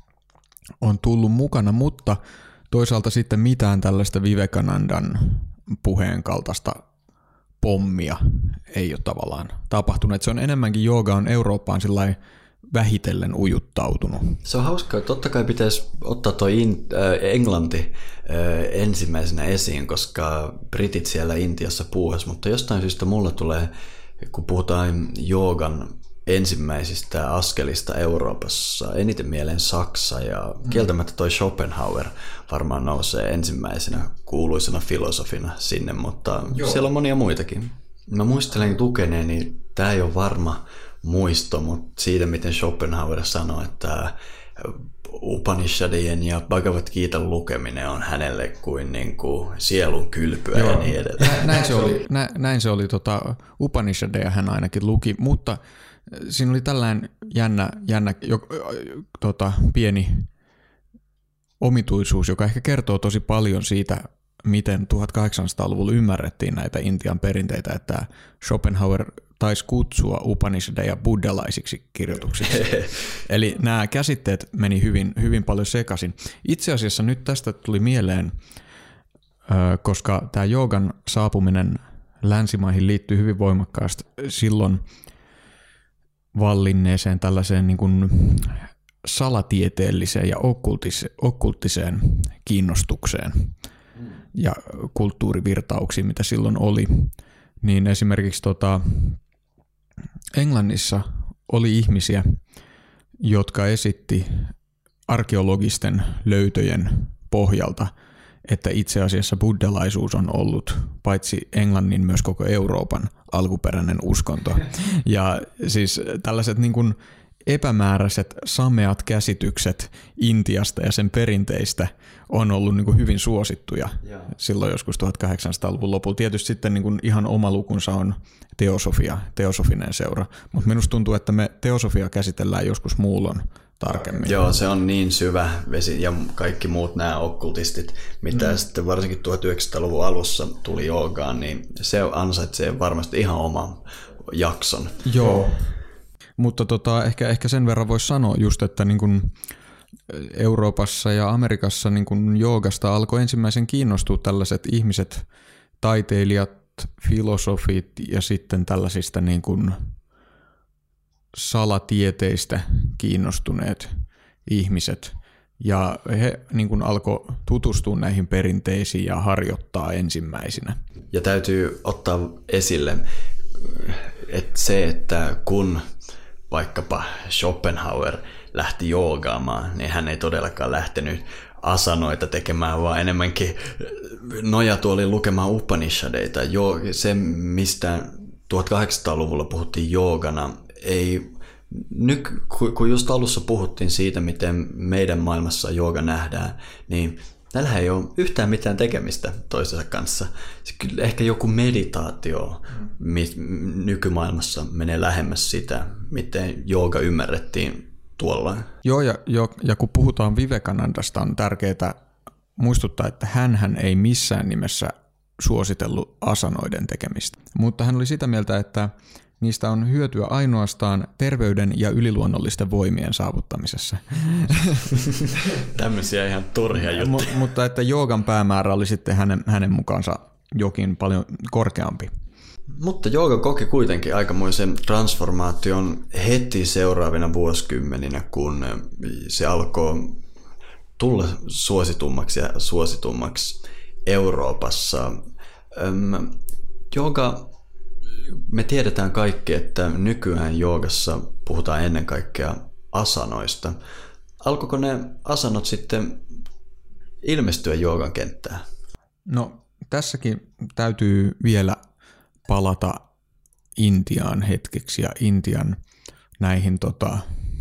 on tullut mukana, mutta toisaalta sitten mitään tällaista Vivekanandan puheen kaltaista pommia ei ole tavallaan tapahtunut. Se on enemmänkin jooga on Eurooppaan sillain vähitellen ujuttautunut. Se on hauskaa. Totta kai pitäisi ottaa tuo in, äh, Englanti äh, ensimmäisenä esiin, koska britit siellä Intiassa puuhas, mutta jostain syystä mulla tulee, kun puhutaan joogan ensimmäisistä askelista Euroopassa, eniten mieleen Saksa ja mm. kieltämättä toi Schopenhauer varmaan nousee ensimmäisenä kuuluisena filosofina sinne, mutta Joo. siellä on monia muitakin. Mä muistelen lukeneeni, tää ei ole varma muisto, mutta siitä, miten Schopenhauer sanoi, että Upanishadien ja Bhagavad Gitan lukeminen on hänelle kuin, niin kuin sielun kylpyä Joo. ja niin edelleen. Näin se oli, nä, näin se oli tota, Upanishadeja hän ainakin luki, mutta siinä oli tällainen jännä, jännä jo, tota, pieni omituisuus, joka ehkä kertoo tosi paljon siitä, miten tuhatkahdeksansataaluvulla ymmärrettiin näitä Intian perinteitä, että Schopenhauer taisi kutsua Upanishadeja buddhalaisiksi kirjoituksiksi. Eli nämä käsitteet meni hyvin, hyvin paljon sekaisin. Itse asiassa nyt tästä tuli mieleen, koska tämä joogan saapuminen länsimaihin liittyy hyvin voimakkaasti silloin vallinneeseen tällaiseen niin kuin salatieteelliseen ja okkulttiseen kiinnostukseen ja kulttuurivirtauksiin, mitä silloin oli. Niin esimerkiksi tota, Englannissa oli ihmisiä, jotka esitti arkeologisten löytöjen pohjalta, että itse asiassa buddhalaisuus on ollut paitsi Englannin myös koko Euroopan alkuperäinen uskonto. Ja siis tällaiset niin kuin epämääräiset sameat käsitykset Intiasta ja sen perinteistä on ollut niin kuin hyvin suosittuja yeah. silloin joskus tuhatkahdeksansataaluvun lopulla. Tietysti sitten niin kuin ihan oma lukunsa on teosofia, teosofinen seura, mutta minusta tuntuu, että me teosofia käsitellään joskus muulloin tarkemmin. Joo, se on niin syvä vesi ja kaikki muut nämä okkultistit, mitä mm. sitten varsinkin tuhatyhdeksänsataaluvun alussa tuli joogaan, niin se ansaitsee varmasti ihan oman jakson. Joo. Mutta tota, ehkä, ehkä sen verran voisi sanoa just, että niin kun Euroopassa ja Amerikassa niin kun joogasta alkoi ensimmäisen kiinnostua tällaiset ihmiset, taiteilijat, filosofit ja sitten tällaisista niin kun salatieteistä kiinnostuneet ihmiset. Ja he niin kun alkoi tutustua näihin perinteisiin ja harjoittaa ensimmäisinä. Ja täytyy ottaa esille että se, että kun vaikkapa Schopenhauer lähti joogaamaan, niin hän ei todellakaan lähtenyt asanoita tekemään, vaan enemmänkin nojatuolin lukemaan Upanishadeita. Jo, se, mistä tuhatkahdeksansataaluvulla puhuttiin joogana, ei, nyt, kun just alussa puhuttiin siitä, miten meidän maailmassa jooga nähdään, niin tällä ei ole yhtään mitään tekemistä toisensa kanssa. Se kyllä ehkä joku meditaatio mm. nykymaailmassa menee lähemmäs sitä, miten jooga ymmärrettiin tuolla. Joo, ja, jo, ja kun puhutaan Vivekanandasta, on tärkeää muistuttaa, että hänhän ei missään nimessä suositellut asanoiden tekemistä. Mutta hän oli sitä mieltä, että niistä on hyötyä ainoastaan terveyden ja yliluonnollisten voimien saavuttamisessa. Tämmöisiä ihan turhia juttuja. M- mutta että joogan päämäärä oli sitten hänen, hänen mukaansa jokin paljon korkeampi. Mutta jooga koki kuitenkin aikamoisen transformaation heti seuraavina vuosikymmeninä, kun se alkoi tulla suositummaksi ja suositummaksi Euroopassa. Öm, jooga, me tiedetään kaikki, että nykyään joogassa puhutaan ennen kaikkea asanoista. Alkoiko ne asanot sitten ilmestyä joogan kenttään? No tässäkin täytyy vielä palata Intiaan hetkeksi ja Intian näihin tota,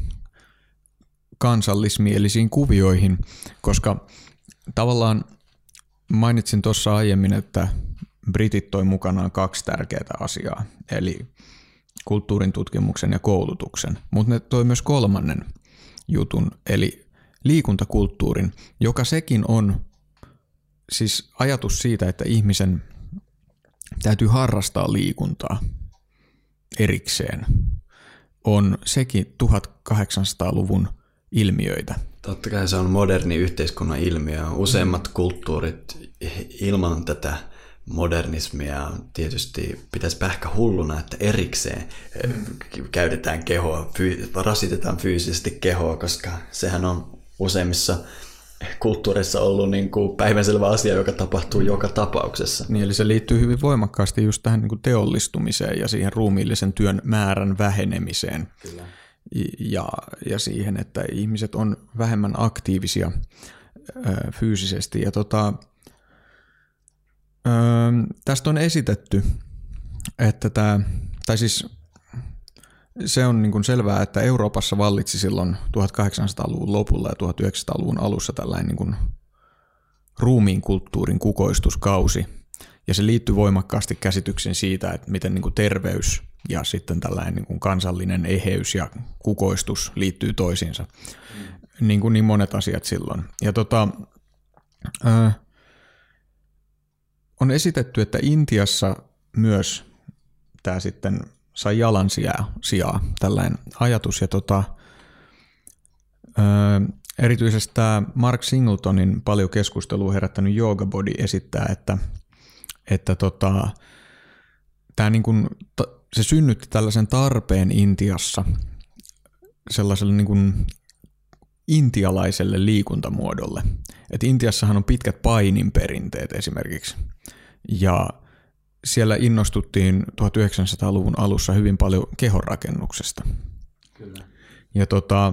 kansallismielisiin kuvioihin, koska tavallaan mainitsin tuossa aiemmin, että britit toi mukanaan kaksi tärkeää asiaa, eli kulttuurin tutkimuksen ja koulutuksen, mutta ne toi myös kolmannen jutun, eli liikuntakulttuurin, joka sekin on siis ajatus siitä, että ihmisen täytyy harrastaa liikuntaa erikseen, on sekin tuhatkahdeksansataaluvun ilmiöitä. Totta kai se on moderni yhteiskunnan ilmiö. Useimmat kulttuurit ilman tätä modernismia tietysti pitäisi pähkä hulluna, että erikseen käytetään kehoa, rasitetaan fyysisesti kehoa, koska sehän on useimmissa kulttuurissa ollut niin kuin päivänselvä asia, joka tapahtuu joka tapauksessa. Niin, eli se liittyy hyvin voimakkaasti just tähän niin kuin teollistumiseen ja siihen ruumiillisen työn määrän vähenemiseen. Kyllä. Ja, ja siihen, että ihmiset on vähemmän aktiivisia ö, fyysisesti. Ja tota, ö, tästä on esitetty, että tämä, tai siis se on niin kuin selvää, että Euroopassa vallitsi silloin tuhatkahdeksansataaluvun lopulla ja tuhatyhdeksänsataaluvun alussa tällainen niin kuin ruumiin kulttuurin kukoistuskausi. Ja se liittyy voimakkaasti käsityksiin siitä, että miten niin kuin terveys ja sitten tällainen niin kuin kansallinen eheys ja kukoistus liittyy toisiinsa. Mm. Niin kuin niin monet asiat silloin. Ja tota, äh, on esitetty, että Intiassa myös tämä sitten sai jalan sijaa tällainen ajatus. Ja tota, ö, erityisesti tämä Mark Singletonin paljon keskustelua herättänyt Yoga Body esittää, että, että tota, tää niin kun, se synnytti tällaisen tarpeen Intiassa sellaiselle niin kun intialaiselle liikuntamuodolle. Et Intiassahan on pitkät paininperinteet esimerkiksi, ja siellä innostuttiin tuhatyhdeksänsataaluvun alussa hyvin paljon kehonrakennuksesta. Kyllä. Ja tota,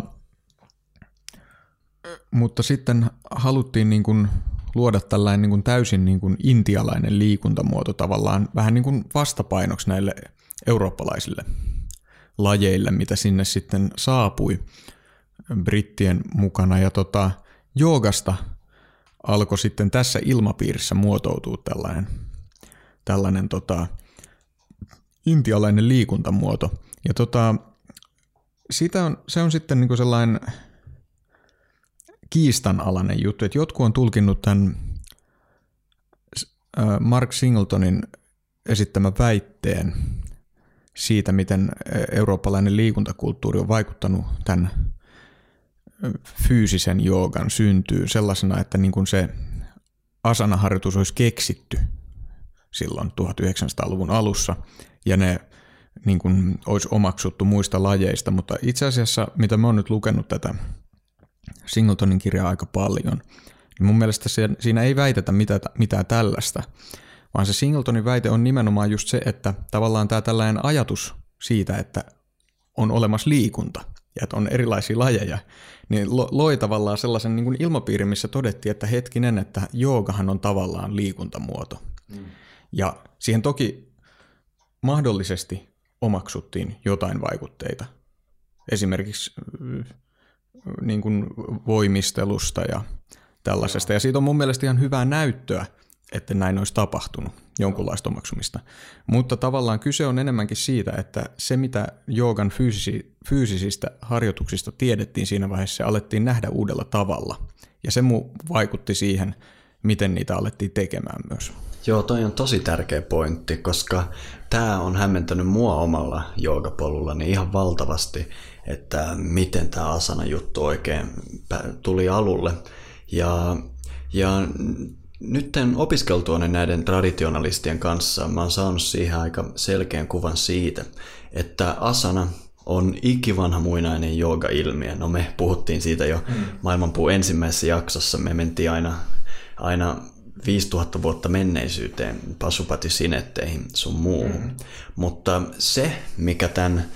mutta sitten haluttiin niin kuin luoda tällainen niin kuin täysin niin kuin intialainen liikuntamuoto tavallaan vähän niin kuin vastapainoksi näille eurooppalaisille lajeille, mitä sinne sitten saapui brittien mukana. Ja tota, joogasta alkoi sitten tässä ilmapiirissä muotoutua tällainen tällainen tota, intialainen liikuntamuoto. Ja tota, siitä on, se on sitten niinku sellainen kiistanalainen juttu, että jotkut on tulkinnut tämän Mark Singletonin esittämän väitteen siitä, miten eurooppalainen liikuntakulttuuri on vaikuttanut tämän fyysisen joogan syntyyn sellaisena, että niin kuin se asanaharjoitus olisi keksitty silloin tuhatyhdeksänsataaluvun alussa, ja ne niin kuin olisi omaksuttu muista lajeista, mutta itse asiassa, mitä mä oon nyt lukenut tätä Singletonin kirjaa aika paljon, niin mun mielestä siinä ei väitetä mitään, mitään tällaista, vaan se Singletonin väite on nimenomaan just se, että tavallaan tämä tällainen ajatus siitä, että on olemassa liikunta ja että on erilaisia lajeja, niin loi tavallaan sellaisen niin kuin ilmapiirin, missä todettiin, että hetkinen, että joogahan on tavallaan liikuntamuoto. Mm. Ja siihen toki mahdollisesti omaksuttiin jotain vaikutteita, esimerkiksi niin kuin voimistelusta ja tällaisesta. Ja siitä on mun mielestä ihan hyvää näyttöä, että näin olisi tapahtunut, jonkunlaista omaksumista. Mutta tavallaan kyse on enemmänkin siitä, että se mitä joogan fyysisi, fyysisistä harjoituksista tiedettiin siinä vaiheessa, se alettiin nähdä uudella tavalla. Ja se mu vaikutti siihen, miten niitä alettiin tekemään myös. Joo, toi on tosi tärkeä pointti, koska tämä on hämmentänyt mua omalla joogapolullani ihan valtavasti, että miten tämä asana-juttu oikein tuli alulle. Ja, ja nytten opiskeltuani näiden traditionalistien kanssa mä oon saanut siihen aika selkeän kuvan siitä, että asana on ikivanha muinainen jooga-ilmiö. No me puhuttiin siitä jo mm. Maailmanpuun ensimmäisessä jaksossa. Me mentiin aina, aina viisituhatta vuotta menneisyyteen, Pasupati-sinetteihin sun muuhun. Mm. Mutta se, mikä tämän,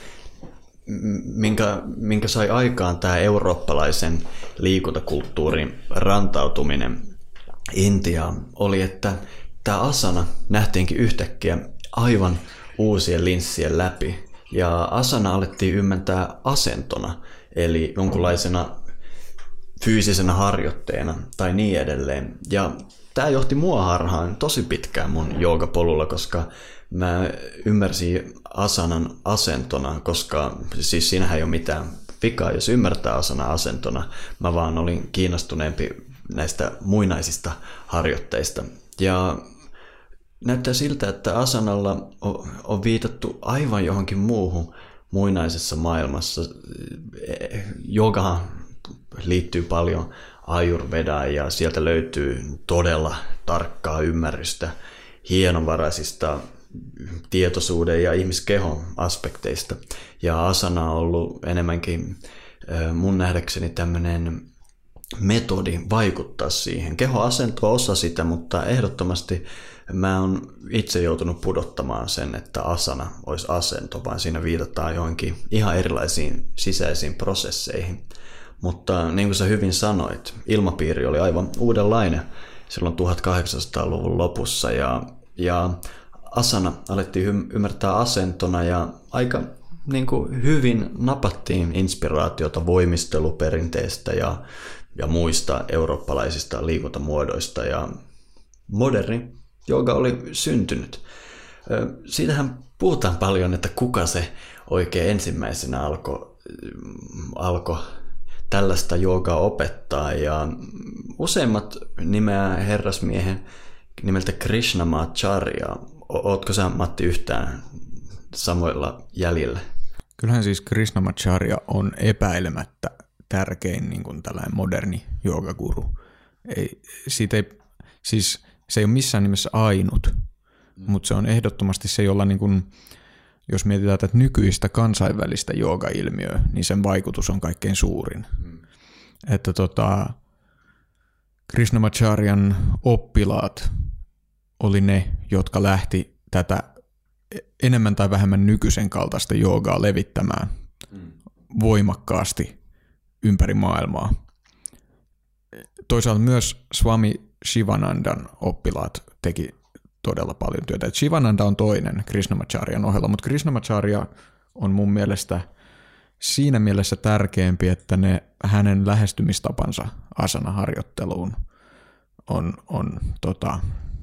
minkä, minkä sai aikaan tämä eurooppalaisen liikuntakulttuurin rantautuminen Intiaan, oli, että tämä asana nähtiinkin yhtäkkiä aivan uusien linssien läpi. Ja asana alettiin ymmärtää asentona, eli jonkunlaisena fyysisenä harjoitteena tai niin edelleen. Ja tämä johti mua harhaan tosi pitkään mun joogapolulla, koska mä ymmärsin asanan asentona, koska siis siinähän ei ole mitään vikaa, jos ymmärtää asana asentona. Mä vaan olin kiinnostuneempi näistä muinaisista harjoitteista. Ja näyttää siltä, että asanalla on viitattu aivan johonkin muuhun muinaisessa maailmassa. Jogahan liittyy paljon Ayurvedaan ja sieltä löytyy todella tarkkaa ymmärrystä hienovaraisista tietoisuuden ja ihmiskehon aspekteista. Ja asana on ollut enemmänkin mun nähdäkseni tämmöinen metodi vaikuttaa siihen. Kehoasento on osa sitä, mutta ehdottomasti mä oon itse joutunut pudottamaan sen, että asana olisi asento, vaan siinä viitataan johonkin ihan erilaisiin sisäisiin prosesseihin. Mutta niin kuin sä hyvin sanoit, ilmapiiri oli aivan uudenlainen silloin tuhatkahdeksansataaluvun lopussa ja, ja asana alettiin ymmärtää asentona ja aika niin kuin hyvin napattiin inspiraatiota voimisteluperinteestä ja, ja muista eurooppalaisista liikuntamuodoista ja moderni jooga oli syntynyt. Siitähän puhutaan paljon, että kuka se oikein ensimmäisenä alkoi alko tällaista joogaa opettaa ja useimmat nimeää herrasmiehen nimeltä Krishnamacharya. Ootko sä, Matti, yhtään samoilla jäljillä? Kyllähän siis Krishnamacharya on epäilemättä tärkein niin kuin tällainen moderni joogaguru. Ei, siitä ei, siis se ei ole missään nimessä ainut, mm. mutta se on ehdottomasti se, jolla niin kuin, jos mietitään tätä nykyistä kansainvälistä jooga-ilmiöä, niin sen vaikutus on kaikkein suurin. Mm. Että tota, Krishnamacharyan oppilaat oli ne, jotka lähti tätä enemmän tai vähemmän nykyisen kaltaista joogaa levittämään mm. voimakkaasti ympäri maailmaa. Toisaalta myös Swami Shivanandan oppilaat teki todella paljon työtä. Et Shivananda on toinen Krishnamacharyan ohella, mutta Krishnamacharya on mun mielestä siinä mielessä tärkeämpi, että ne hänen lähestymistapansa asana-harjoitteluun on, on tota,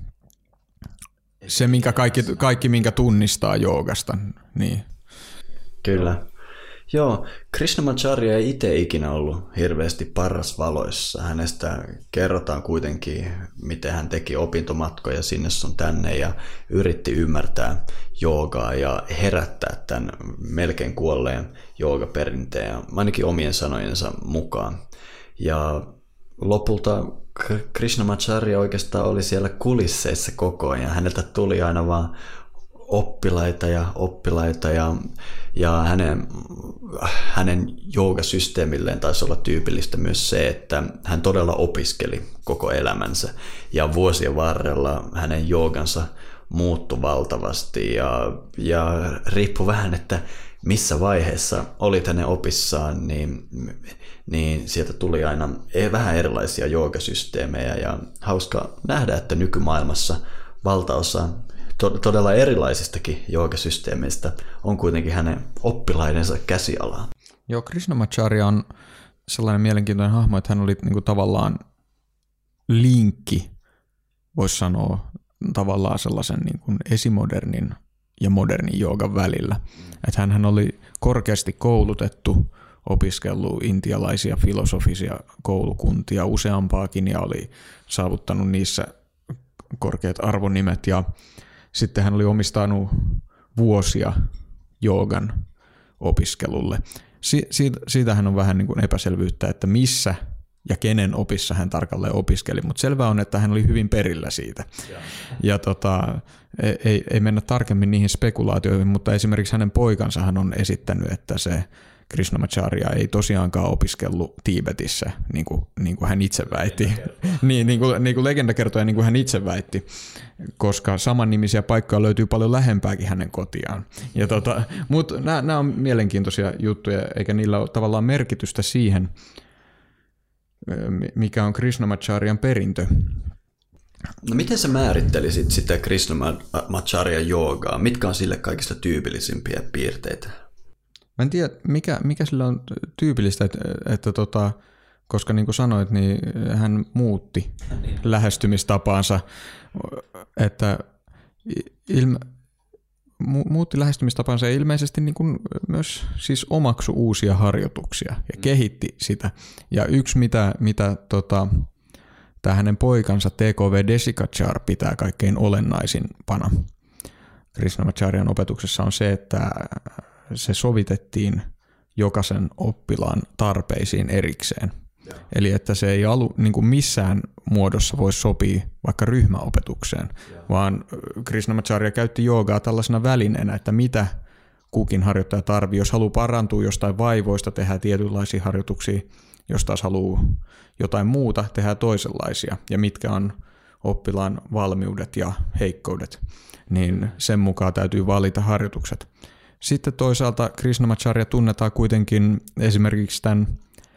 se, minkä kaikki, kaikki minkä tunnistaa joogasta. Niin. Kyllä. Joo, Krishnamacharya ei itse ikinä ollut hirveästi parrasvaloissa. Hänestä kerrotaan kuitenkin, miten hän teki opintomatkoja sinne sun tänne ja yritti ymmärtää joogaa ja herättää tämän melkein kuolleen joogaperinteen, ainakin omien sanojensa mukaan. Ja lopulta Krishnamacharya oikeastaan oli siellä kulisseissa koko ajan. Häneltä tuli aina vaan oppilaita ja oppilaita ja, ja hänen, hänen joogasysteemilleen taisi olla tyypillistä myös se, että hän todella opiskeli koko elämänsä ja vuosien varrella hänen joogansa muuttui valtavasti ja, ja riippui vähän, että missä vaiheessa olit hänen opissaan, niin, niin sieltä tuli aina vähän erilaisia joogasysteemejä ja hauska nähdä, että nykymaailmassa valtaosa todella erilaisistakin joogasysteemeistä on kuitenkin hänen oppilaidensa käsialaa. Joo, Krishnamacharya on sellainen mielenkiintoinen hahmo, että hän oli niinku tavallaan linkki, voisi sanoa, tavallaan sellaisen niinku esimodernin ja modernin joogan välillä. Mm. Että hänhän oli korkeasti koulutettu, opiskellut intialaisia filosofisia koulukuntia useampaakin ja oli saavuttanut niissä korkeat arvonimet ja sitten hän oli omistanut vuosia joogan opiskelulle. Si- siitä, siitähän on vähän niin kuin epäselvyyttä, että missä ja kenen opissa hän tarkalleen opiskeli, mutta selvää on, että hän oli hyvin perillä siitä. Ja, ja tota, ei, ei mennä tarkemmin niihin spekulaatioihin, mutta esimerkiksi hänen poikansa hän on esittänyt, että se Krishnamacharya ei tosiaankaan opiskellut Tiibetissä, niin kuin, niin kuin hän itse väitti. niin, niin, kuin, niin kuin legenda kertoo ja niin kuin hän itse väitti, koska samannimisiä paikkoja löytyy paljon lähempääkin hänen kotiaan. Tota, mutta nämä, nämä on mielenkiintoisia juttuja, eikä niillä ole tavallaan merkitystä siihen, mikä on Krishnamacharyan perintö. No miten sä määrittelisit sitä Krishnamacharya joogaa? Mitkä on sille kaikista tyypillisimpiä piirteitä? Mä en tiedä, mikä, mikä sillä on tyypillistä, että, että tota, koska niin kuin sanoit, niin hän muutti niin. lähestymistapaansa, että ilme, mu, muutti lähestymistapaansa ja ilmeisesti niin kuin myös siis omaksui uusia harjoituksia ja mm. kehitti sitä. Ja yksi, mitä, mitä tota, tämä hänen poikansa T K V Desikachar pitää kaikkein olennaisimpana Krishnamacharyan opetuksessa on se, että se sovitettiin jokaisen oppilaan tarpeisiin erikseen. Ja. Eli että se ei alu, niin kuin missään muodossa voi sopia vaikka ryhmäopetukseen, ja. vaan Krishnamacharya käytti joogaa tällaisena välineenä, että mitä kukin harjoittaja tarvitsee. Jos haluaa parantua jostain vaivoista, tehdään tietynlaisia harjoituksia. Jos taas haluaa jotain muuta, tehdään toisenlaisia. Ja mitkä on oppilaan valmiudet ja heikkoudet, niin sen mukaan täytyy valita harjoitukset. Sitten toisaalta Krishnamacharya tunnetaan kuitenkin esimerkiksi tämän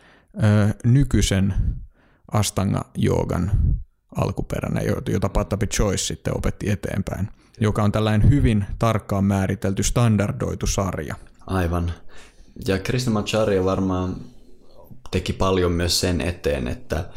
ö, nykyisen Astanga-joogan alkuperäinen, jota Pattabhi Jois sitten opetti eteenpäin, joka on tällainen hyvin tarkkaan määritelty, standardoitu sarja. Aivan. Ja Krishnamacharya varmaan teki paljon myös sen eteen, että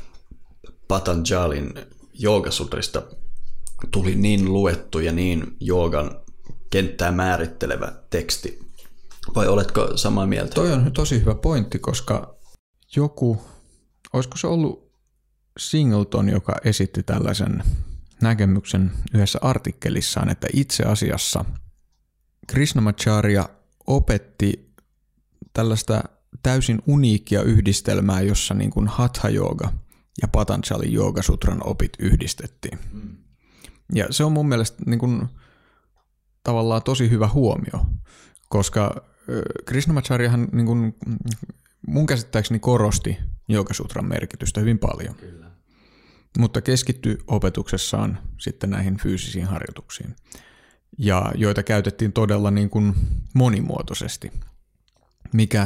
Patanjalin joogasutrista tuli niin luettu ja niin joogan kenttää määrittelevä teksti. Vai oletko samaa mieltä? Toi on tosi hyvä pointti, koska joku, olisiko se ollut Singleton, joka esitti tällaisen näkemyksen yhdessä artikkelissaan, että itse asiassa Krishnamacharya opetti tällaista täysin uniikkia yhdistelmää, jossa niin kuin Hatha Yoga ja Patanjali Joogasutran opit yhdistettiin. Mm. Ja se on mun mielestä niin kuin tavallaan tosi hyvä huomio, koska Krishnamacharyahan niin kuin mun käsittääkseni korosti Joogasutran merkitystä hyvin paljon, Kyllä. mutta keskittyi opetuksessaan sitten näihin fyysisiin harjoituksiin, ja joita käytettiin todella niin kuin monimuotoisesti, mikä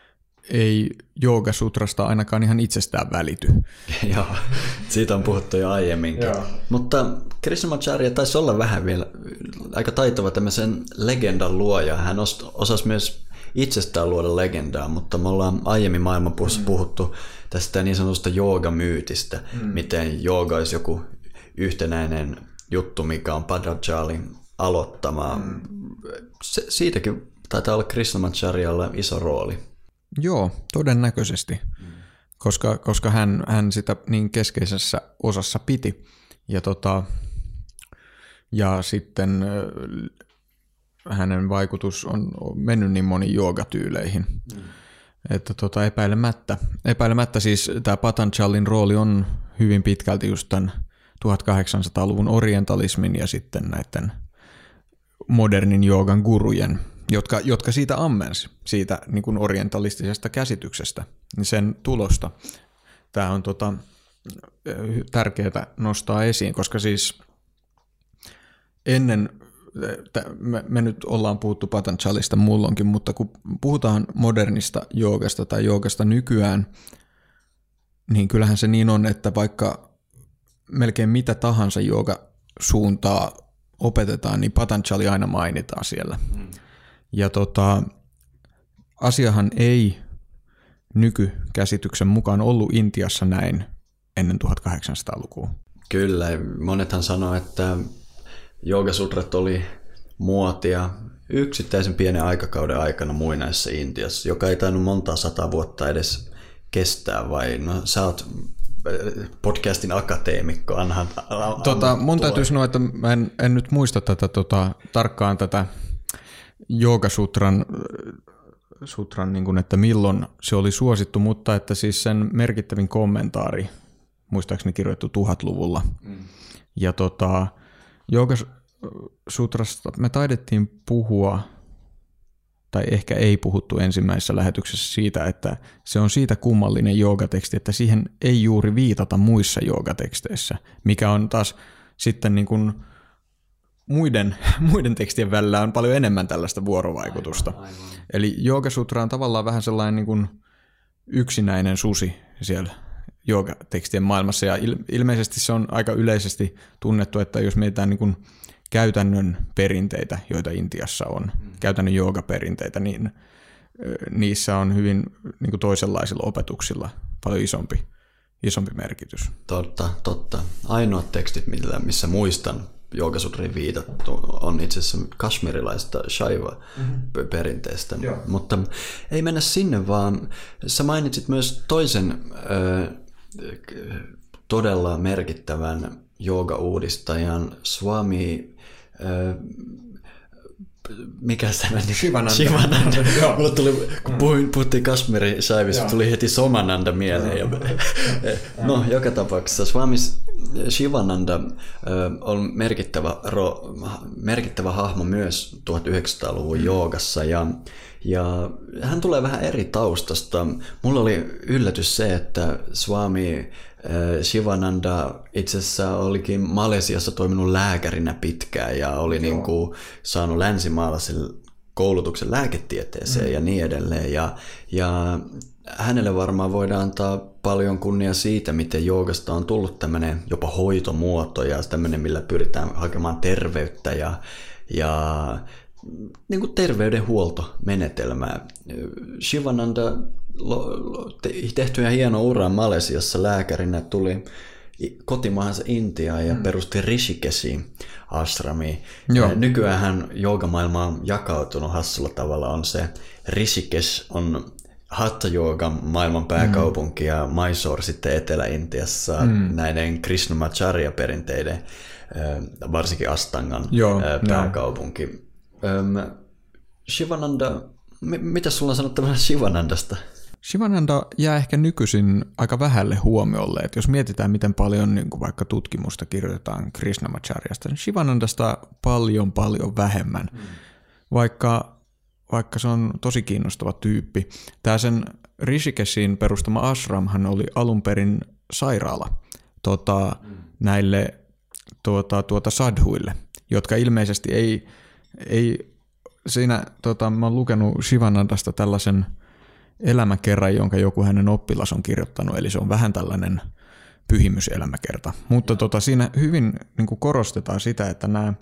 ei Joogasutrasta ainakaan ihan itsestään välity. Joo, siitä on puhuttu jo aiemminkin. Joo. Mutta Krishnamacharya taisi olla vähän vielä aika taitava tämmöisen legendan luoja. Hän osasi myös itsestään luoda legendaa, mutta me ollaan aiemmin maailmanpuolessa mm. puhuttu tästä niin sanotusta joogamyytistä, mm. miten jooga olisi joku yhtenäinen juttu, mikä on Patanjalin aloittama. Mm. Se, siitäkin taitaa olla Krishnamacharyalla iso rooli. Joo, todennäköisesti, mm. koska, koska hän, hän sitä niin keskeisessä osassa piti. Ja, tota, ja sitten hänen vaikutus on mennyt niin moniin joogatyyleihin, mm. että tota, epäilemättä, epäilemättä siis tämä Patanjalin rooli on hyvin pitkälti just tämän tuhatkahdeksansataaluvun orientalismin ja sitten näiden modernin joogan gurujen, jotka, jotka siitä ammensi, siitä niin kuin orientalistisesta käsityksestä, niin sen tulosta. Tämä on tota, tärkeää nostaa esiin, koska siis ennen, me, me nyt ollaan puhuttu Patanjalista mullonkin, mutta kun puhutaan modernista joogasta tai joogasta nykyään, niin kyllähän se niin on, että vaikka melkein mitä tahansa joogasuuntaa opetetaan, niin Patanjali aina mainitaan siellä. Mm. Ja tota, asiahan ei nykykäsityksen mukaan ollut Intiassa näin ennen tuhatkahdeksansataalukua. Kyllä, monethan sanoo, että joogasutrat oli muotia yksittäisen pienen aikakauden aikana muinaisessa Intiassa, joka ei tainnut montaa sataa vuotta edes kestää, vai no sä oot podcastin akateemikko. Anna, anna, tota, mun tulee. täytyy sanoa, että mä en, en nyt muista tätä tota, tarkkaan tätä Joogasutran, sutran, niin kuin, että milloin se oli suosittu, mutta että siis sen merkittävin kommentaari, muistaakseni kirjoitettu tuhatluvulla. Mm. Ja tota, Joogasutrasta me taidettiin puhua, tai ehkä ei puhuttu ensimmäisessä lähetyksessä siitä, että se on siitä kummallinen joogateksti, että siihen ei juuri viitata muissa joogateksteissä, mikä on taas sitten niin kuin muiden, muiden tekstien välillä on paljon enemmän tällaista vuorovaikutusta. Aivan, aivan. Eli Joogasutra on tavallaan vähän sellainen niin kuin yksinäinen susi siellä joogatekstien maailmassa, ja ilmeisesti se on aika yleisesti tunnettu, että jos mietitään niin kuin käytännön perinteitä, joita Intiassa on, mm. käytännön joogaperinteitä, niin niissä on hyvin niin kuin toisenlaisilla opetuksilla paljon isompi, isompi merkitys. Totta, totta. Ainoat tekstit, missä muistan Joogasutrin viitattu, on itse asiassa kashmirilaista Shaiva-perinteestä. Mm-hmm. Mutta ei mennä sinne, vaan sä mainitsit myös toisen ö, todella merkittävän jooga-uudistajan, Swami, äh, mikä se meni? Shivananda. Shivananda. Mulle tuli, kun puhuin, puhuttiin Kashmiri Shaivista, tuli heti Somananda mieleen. Ja, no, joka tapauksessa Swami Shivananda äh, on merkittävä, ro, merkittävä hahmo myös tuhatyhdeksänsataaluvun mm. joogassa, ja Ja hän tulee vähän eri taustasta. Mulla oli yllätys se, että Swami Shivananda itse asiassa olikin Malesiassa toiminut lääkärinä pitkään ja oli niin kuin saanut länsimaalaisen koulutuksen lääketieteeseen mm. ja niin edelleen. Ja, ja hänelle varmaan voidaan antaa paljon kunnia siitä, miten joogasta on tullut tämmöinen jopa hoitomuoto ja tämmöinen, millä pyritään hakemaan terveyttä ja, ja niin kuin terveydenhuoltomenetelmää. Shivananda tehty ihan hieno ura Malesiassa lääkärinä, tuli kotimaahansa Intiaan ja perusti Rishikeshiin ashramiin. Nykyäänhän joogamaailma on jakautunut hassulla tavalla. On se Rishikesh on Hatha Yoga maailman pääkaupunki mm. ja Mysore sitten Etelä-Intiassa mm. näiden Krishnamacharya-perinteiden, varsinkin Astangan Joo, pääkaupunki. Jo. Shivananda, mitä sulla on sanottavana Shivanandasta? Shivananda jää ehkä nykyisin aika vähälle huomiolle, että jos mietitään, miten paljon niin kuin vaikka tutkimusta kirjoitetaan Krishnamacharyasta, niin Shivanandasta paljon paljon vähemmän, mm. vaikka, vaikka se on tosi kiinnostava tyyppi. Tämä sen Rishikeshin perustama ashramhan oli alun perin sairaala tota, mm. näille tuota, tuota sadhuille, jotka ilmeisesti ei, ei siinä, tota, mä oon lukenut Shivanandasta tällaisen elämäkerran, jonka joku hänen oppilas on kirjoittanut, eli se on vähän tällainen pyhimyselämäkerta. Mutta tota, siinä hyvin niin kuin korostetaan sitä, että nämä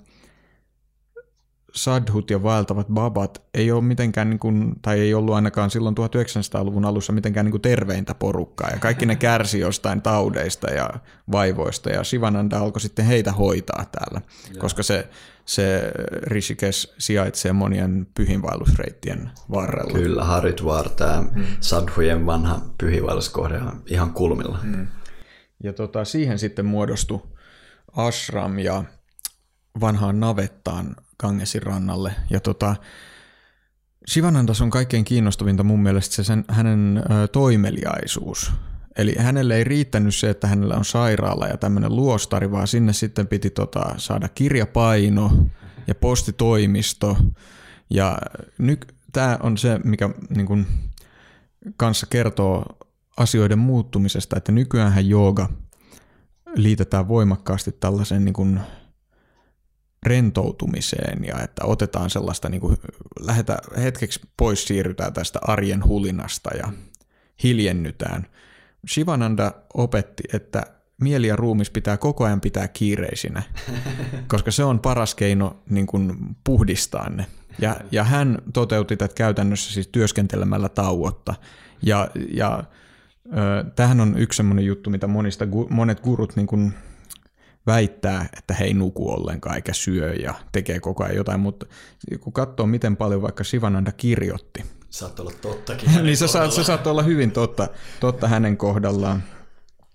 sadhut ja vaeltavat babat ei ole mitenkään, niin kuin, tai ei ollut ainakaan silloin tuhatyhdeksänsataaluvun alussa mitenkään niin kuin terveintä porukkaa, ja kaikki ne kärsi jostain taudeista ja vaivoista, ja Shivananda alkoi sitten heitä hoitaa täällä, ja. koska se, se Rishikesh sijaitsee monien pyhinvaellusreittien varrella. Kyllä, Haridwar, tämä hmm. sadhujen vanha pyhinvaelluskohde on ihan kulmilla. Hmm. Ja tota, siihen sitten muodostui ashram ja vanhaan navettaan Gangesin rannalle. Ja tota, Shivanandas on kaikkein kiinnostavinta mun mielestä se sen, hänen ö, toimeliaisuus. Eli hänelle ei riittänyt se, että hänellä on sairaala ja tämmöinen luostari, vaan sinne sitten piti tota, saada kirjapaino ja postitoimisto. Ja nyt tämä on se, mikä niin kun, kanssa kertoo asioiden muuttumisesta, että nykyäänhän jooga liitetään voimakkaasti tällaisen niin kun rentoutumiseen ja että otetaan sellaista, niin kuin lähdetään hetkeksi pois, siirrytään tästä arjen hulinasta ja hiljennytään. Shivananda opetti, että mieli ja ruumis pitää koko ajan pitää kiireisinä, koska se on paras keino niin kuin puhdistaa ne. Ja, ja hän toteutti tätä käytännössä siis työskentelemällä tauotta. Ja, ja äh, tämähän on yksi semmoinen juttu, mitä monista, monet gurut niin kuin väittää, että he ei nuku ollenkaan eikä syö ja tekee koko ajan jotain, mutta kun katsoo, miten paljon vaikka Shivananda kirjoitti. Saat olla tottakin. niin se, sa- se saattoi olla hyvin totta, totta hänen kohdallaan.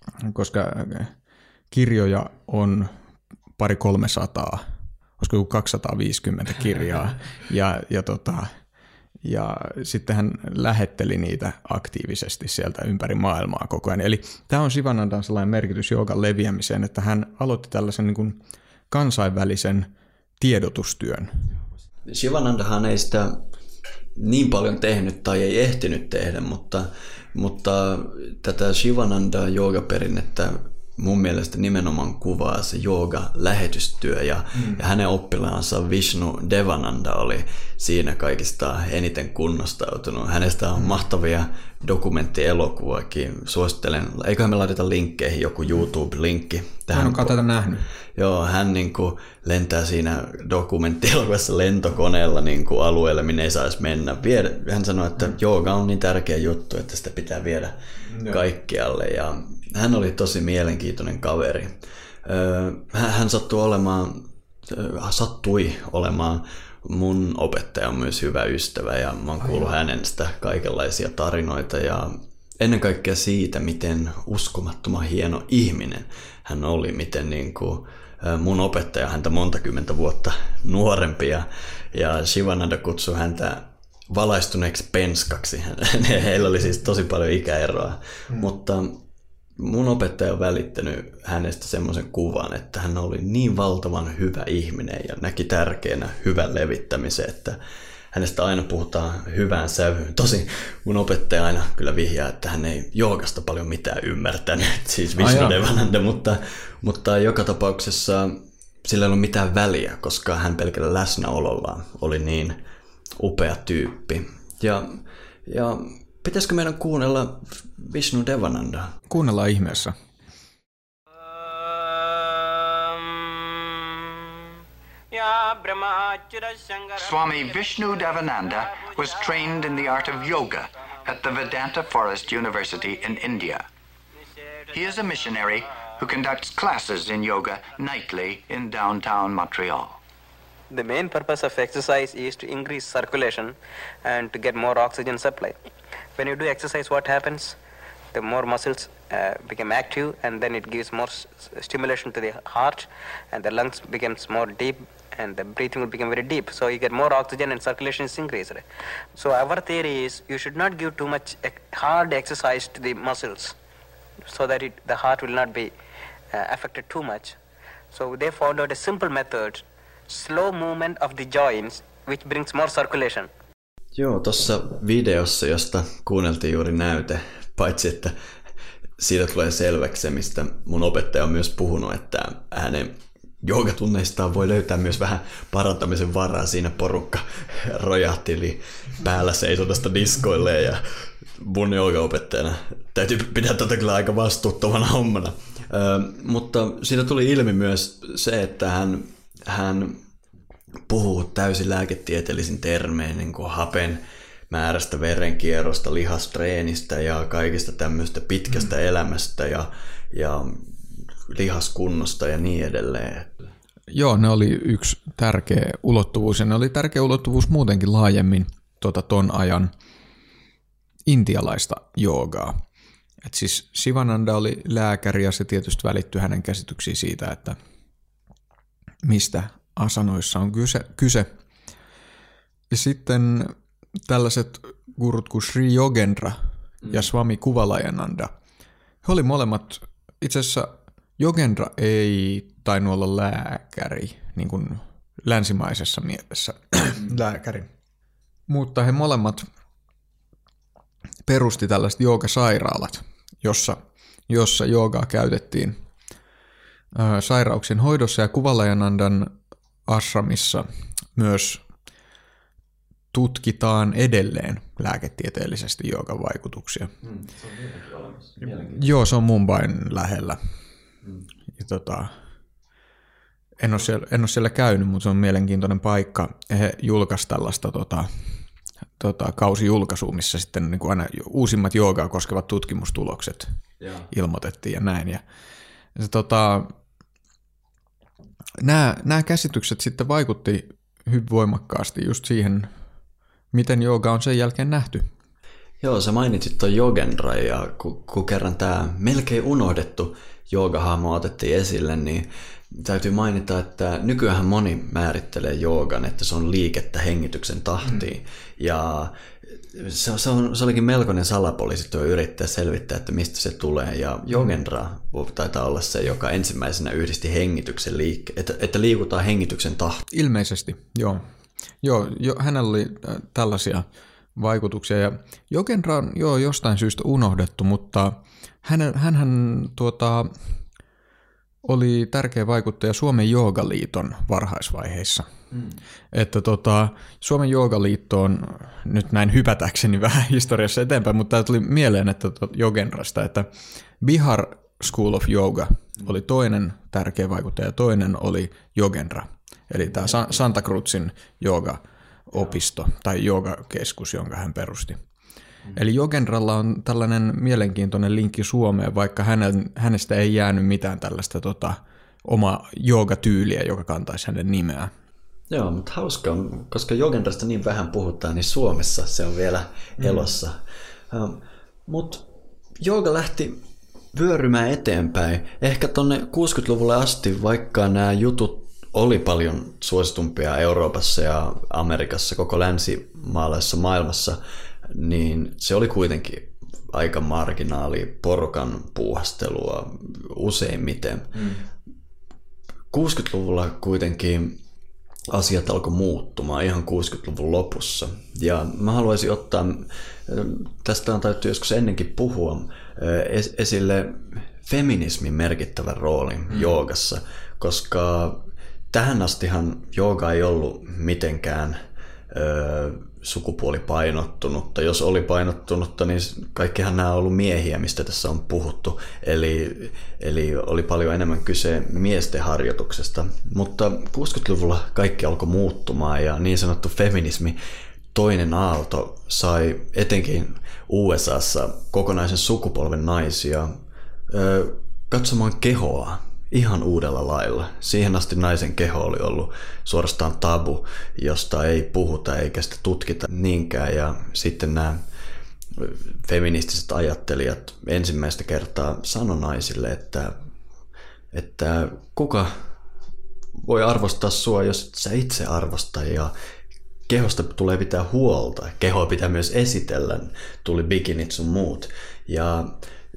koska kirjoja on pari kolmesataa, olisiko kaksisataaviisikymmentä kirjaa, ja, ja, tota, ja sitten hän lähetteli niitä aktiivisesti sieltä ympäri maailmaa koko ajan. Eli tämä on Sivanandan sellainen merkitys joogan leviämiseen, että hän aloitti tällaisen niin kuin kansainvälisen tiedotustyön. Sivanandahan ei sitä niin paljon tehnyt tai ei ehtinyt tehdä, mutta, mutta tätä Sivananda joogaperinnettä mun mielestä nimenomaan kuvaa se jooga-lähetystyö ja, mm. ja hänen oppilaansa Vishnu Devananda oli siinä kaikista eniten kunnostautunut. Hänestä on mahtavia dokumenttielokuvakin. Suosittelen, eiköhän me laiteta linkkeihin joku YouTube-linkki. Tähän on tätä nähnyt. Joo, hän niin kuin lentää siinä dokumenttielokuvassa lentokoneella niin kuin alueelle, minne ei saisi mennä. Viedä, hän sanoi, että jooga on niin tärkeä juttu, että sitä pitää viedä no. kaikkialle. Ja hän oli tosi mielenkiintoinen kaveri. Hän sattui olemaan, sattui olemaan mun opettaja on myös hyvä ystävä ja mä oon kuullut hänestä kaikenlaisia tarinoita ja ennen kaikkea siitä, miten uskomattoman hieno ihminen hän oli, miten niin kuin mun opettaja häntä monta kymmentä vuotta nuorempi ja, ja Sivananda kutsui häntä valaistuneeksi penskaksi. Heillä oli siis tosi paljon ikäeroa, hmm. mutta mun opettaja on välittänyt hänestä semmoisen kuvan, että hän oli niin valtavan hyvä ihminen ja näki tärkeänä hyvän levittämisen, että hänestä aina puhutaan hyvään sävyyn. Tosi mun opettaja aina kyllä vihjaa, että hän ei joogasta paljon mitään ymmärtänyt, siis Vishnu Devananda, mutta, mutta joka tapauksessa sillä ei ollut mitään väliä, koska hän pelkällä läsnäolollaan oli niin upea tyyppi. Ja, ja pitäisikö meidän kuunnella Vishnu Devanandaa? Kuunnellaan ihmeessä. Swami Vishnu Devananda was trained in the art of yoga at the Vedanta Forest University in India. He is a missionary who conducts classes in yoga nightly in downtown Montreal. The main purpose of exercise is to increase circulation and to get more oxygen supply. When you do exercise, what happens? The more muscles uh, become active, and then it gives more s- stimulation to the heart, and the lungs becomes more deep, and the breathing will become very deep. So you get more oxygen and circulation is increased. So our theory is you should not give too much hard exercise to the muscles, so that it, the heart will not be uh, affected too much. So they found out a simple method, slow movement of the joints, which brings more circulation. Joo, tuossa videossa, josta kuunneltiin juuri näyte, paitsi että siitä tulee selväksi se, mistä mun opettaja on myös puhunut, että hänen joogatunneistaan voi löytää myös vähän parantamisen varaa. Siinä porukka rojahti, eli päällä seisodasta diskoilleen ja mun joogaopettajana täytyy pitää tätä kyllä aika vastuuttomana hommana. Ö, mutta siitä tuli ilmi myös se, että hän, hän puhuu täysin lääketieteellisin termein, niin kuin hapen määrästä, verenkierrosta, lihastreenistä ja kaikista tämmöistä pitkästä elämästä ja, ja lihaskunnosta ja niin edelleen. Joo, ne oli yksi tärkeä ulottuvuus ja ne oli tärkeä ulottuvuus muutenkin laajemmin tota, ton ajan intialaista joogaa. Et siis Sivananda oli lääkäri ja se tietysti välittyi hänen käsityksiin siitä, että mistä asanoissa on kyse. kyse. Ja sitten tällaiset gurut kuin Sri Yogendra ja Swami Kuvalayananda, he oli molemmat, itse asiassa Yogendra ei tainnut olla lääkäri, niin kuin länsimaisessa mielessä lääkäri, mutta he molemmat perusti tällaiset joogasairaalat, jossa, jossa joogaa käytettiin ää, sairauksien hoidossa ja Kuvalayanandan ashramissa myös tutkitaan edelleen lääketieteellisesti joogan vaikutuksia. Mm, se on Joo, se on Mumbain lähellä. Mm. Ja tota, en, ole siellä, en ole siellä käynyt, mutta se on mielenkiintoinen paikka. He julkaisivat tällaista tota, tota, kausijulkaisua, missä sitten niin kuin aina uusimmat joogaa koskevat tutkimustulokset yeah. ilmoitettiin ja näin. Ja, ja, tota, nämä, nämä käsitykset sitten vaikutti hyvin voimakkaasti just siihen, miten jooga on sen jälkeen nähty. Joo, sä mainitsit ton Yogendra ja kun, kun kerran tämä melkein unohdettu joogahahmo otettiin esille, niin täytyy mainita, että nykyään moni määrittelee joogan, että se on liikettä hengityksen tahtiin. Mm. Ja se, se, on, se olikin melkoinen salapoliisityö yrittää selvittää, että mistä se tulee. Ja Yogendra taitaa olla se, joka ensimmäisenä yhdisti hengityksen liike, että, että liikutaan hengityksen tahtiin. Ilmeisesti, joo. Joo, jo, hänellä oli äh, tällaisia vaikutuksia. Ja Yogendra on joo, jostain syystä unohdettu, mutta hän, hänhän tuota, oli tärkeä vaikuttaja Suomen Joogaliiton varhaisvaiheissa. Mm. Että tota, Suomen Joogaliitto on, nyt näin hypätäkseni vähän historiassa eteenpäin, mutta tämä tuli mieleen, että Yogendrasta, että Bihar School of Yoga oli toinen tärkeä vaikuttaja, toinen oli Yogendra, eli tämä Santa Cruzin jooga-opisto tai joogakeskus, jonka hän perusti. Mm. Eli Yogendralla on tällainen mielenkiintoinen linkki Suomeen, vaikka hänen, hänestä ei jäänyt mitään tällaista tota, omaa joogatyyliä, joka kantaisi hänen nimeään. Joo, mutta hauskaa, koska Yogendrasta niin vähän puhutaan, niin Suomessa se on vielä elossa. Mm. Um, mutta jooga lähti vyörymään eteenpäin. Ehkä tuonne kuusikymmentäluvulle asti, vaikka nämä jutut oli paljon suositumpia Euroopassa ja Amerikassa, koko länsimaalaisessa maailmassa, niin se oli kuitenkin aika marginaali porukan puuhastelua useimmiten. Mm. kuusikymmentäluvulla kuitenkin asiat alkoi muuttumaan ihan kuusikymmentäluvun lopussa. Ja mä haluaisin ottaa, tästä on täytyy joskus ennenkin puhua, esille feminismin merkittävän roolin mm. joogassa, koska tähän astihan jooga ei ollut mitenkään ö, sukupuolipainottunutta. Jos oli painottunutta, niin kaikkihan nämä on ollut miehiä, mistä tässä on puhuttu. Eli, eli oli paljon enemmän kyse miesten harjoituksesta. Mutta kuusikymmentäluvulla kaikki alkoi muuttumaan ja niin sanottu feminismi, toinen aalto, sai etenkin U S A:ssa kokonaisen sukupolven naisia ö, katsomaan kehoa ihan uudella lailla. Siihen asti naisen keho oli ollut suorastaan tabu, josta ei puhuta eikä sitä tutkita niinkään. Ja sitten nämä feministiset ajattelijat ensimmäistä kertaa sanoi naisille, että, että kuka voi arvostaa sua, jos sä itse arvosta, ja kehosta tulee pitää huolta. Kehoa pitää myös esitellä. Tuli bikinit sun muut. Ja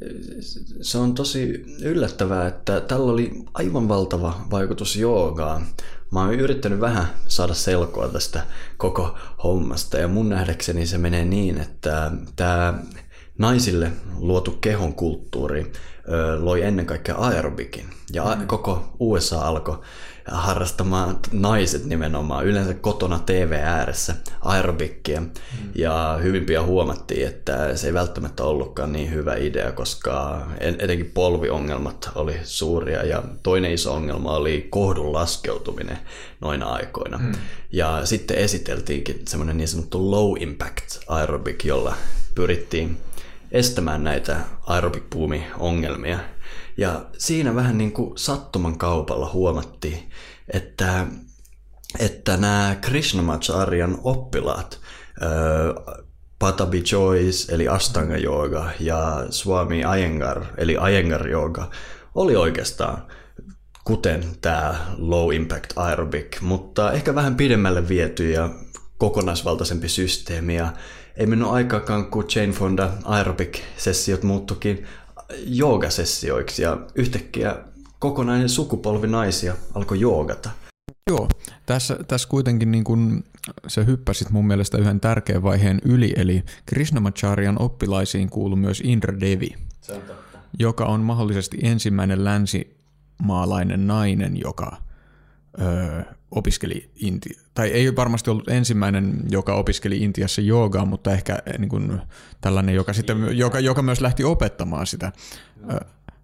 se on tosi yllättävää, että tällä oli aivan valtava vaikutus joogaan. Mä oon yrittänyt vähän saada selkoa tästä koko hommasta, ja mun nähdäkseni se menee niin, että tämä naisille luotu kehon kulttuuri loi ennen kaikkea aerobikin. Ja mm. koko U S A alkoi harrastamaan naiset nimenomaan, yleensä kotona T V ääressä, aerobikkia. Mm. Ja hyvin pian huomattiin, että se ei välttämättä ollutkaan niin hyvä idea, koska etenkin polviongelmat oli suuria, ja toinen iso ongelma oli kohdun laskeutuminen noina aikoina. Mm. Ja sitten esiteltiinkin semmoinen niin sanottu low impact aerobic, jolla pyrittiin estämään näitä aerobic-buumi-ongelmia. Ja siinä vähän niin kuin sattuman kaupalla huomattiin, että, että nämä Krishnamacharyan oppilaat, äh, Patabi Joyce eli Ashtanga Yoga ja Swami Iyengar eli Iyengar Yoga oli oikeastaan kuten tämä low impact aerobic, mutta ehkä vähän pidemmälle viety ja kokonaisvaltaisempi systeemi. Ja ei mennyt aikaakaan, kun Jane Fonda aerobic-sessiot muuttukin joogasessioiksi, ja yhtäkkiä kokonainen sukupolvi naisia alkoi joogata. Joo, tässä, tässä kuitenkin niin kun sä hyppäsit mun mielestä yhden tärkeän vaiheen yli, eli Krishnamacharyan oppilaisiin kuului myös Indra Devi, joka on mahdollisesti ensimmäinen länsimaalainen nainen, joka öö, opiskeli Intia, tai ei varmasti ollut ensimmäinen, joka opiskeli Intiassa joogaa, mutta ehkä niin kuin tällainen, joka, sitten, joka, joka myös lähti opettamaan sitä. No.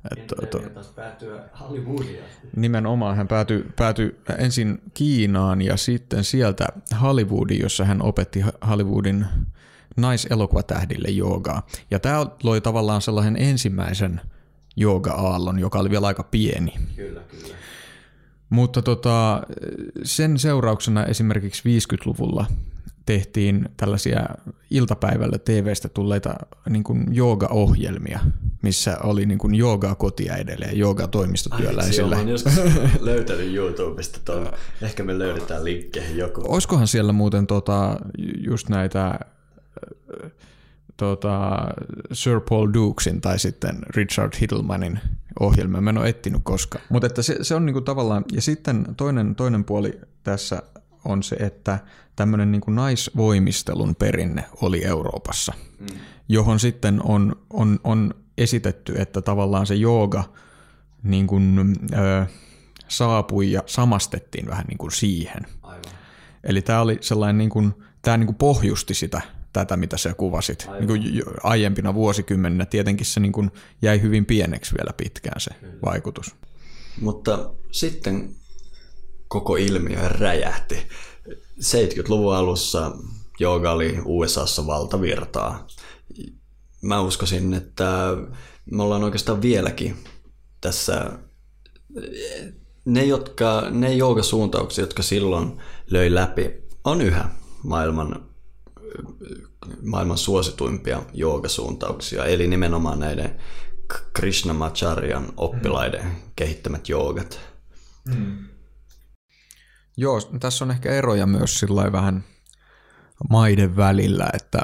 Nimenomaan hän päätyi, päätyi ensin Kiinaan ja sitten sieltä Hollywoodiin, jossa hän opetti Hollywoodin naiselokuvatähdille joogaa. Ja tämä loi tavallaan sellaisen ensimmäisen jooga-aallon, joka oli vielä aika pieni. Kyllä, kyllä. Mutta tota, sen seurauksena esimerkiksi viisikymmentäluvulla tehtiin tällaisia iltapäivällä T V:stä tulleita niin kuin jooga-ohjelmia, missä oli niin kuin joogaa kotiäidelle ja joogaa toimistotyöläisille. Ai, joskus löytänyt YouTubesta tuon. Ehkä me löydetään linkkeihin joku. Olisikohan siellä muuten tota, just näitä tota, Sir Paul Dukesin tai sitten Richard Hiddlemanin ohjelmia. Mä en ole etsinyt koskaan. Mutta että se, se on niinku tavallaan, ja sitten toinen, toinen puoli tässä on se, että tämmöinen niinku naisvoimistelun perinne oli Euroopassa, mm. johon sitten on, on, on esitetty, että tavallaan se jooga niin kuin, ö, saapui ja samastettiin vähän niin kuin siihen. Aivan. Eli tämä oli sellainen, niin kuin, tämä niin kuin pohjusti sitä, tätä mitä sä kuvasit niin kuin aiempina vuosikymmeninä. Tietenkin se niin kuin jäi hyvin pieneksi vielä pitkään se Kyllä. vaikutus. Mutta sitten koko ilmiö räjähti. seitsemänkymmentäluvun alussa jooga oli U S A:ssa valtavirtaa. Mä uskoisin, että me ollaan oikeastaan vieläkin tässä, ne, jotka, ne joogasuuntaukset, jotka silloin löi läpi, on yhä maailman, maailman suosituimpia joogasuuntauksia, eli nimenomaan näiden Krishnamacharyan oppilaiden hmm. kehittämät joogat. Hmm. Joo, tässä on ehkä eroja myös sillä vähän maiden välillä, että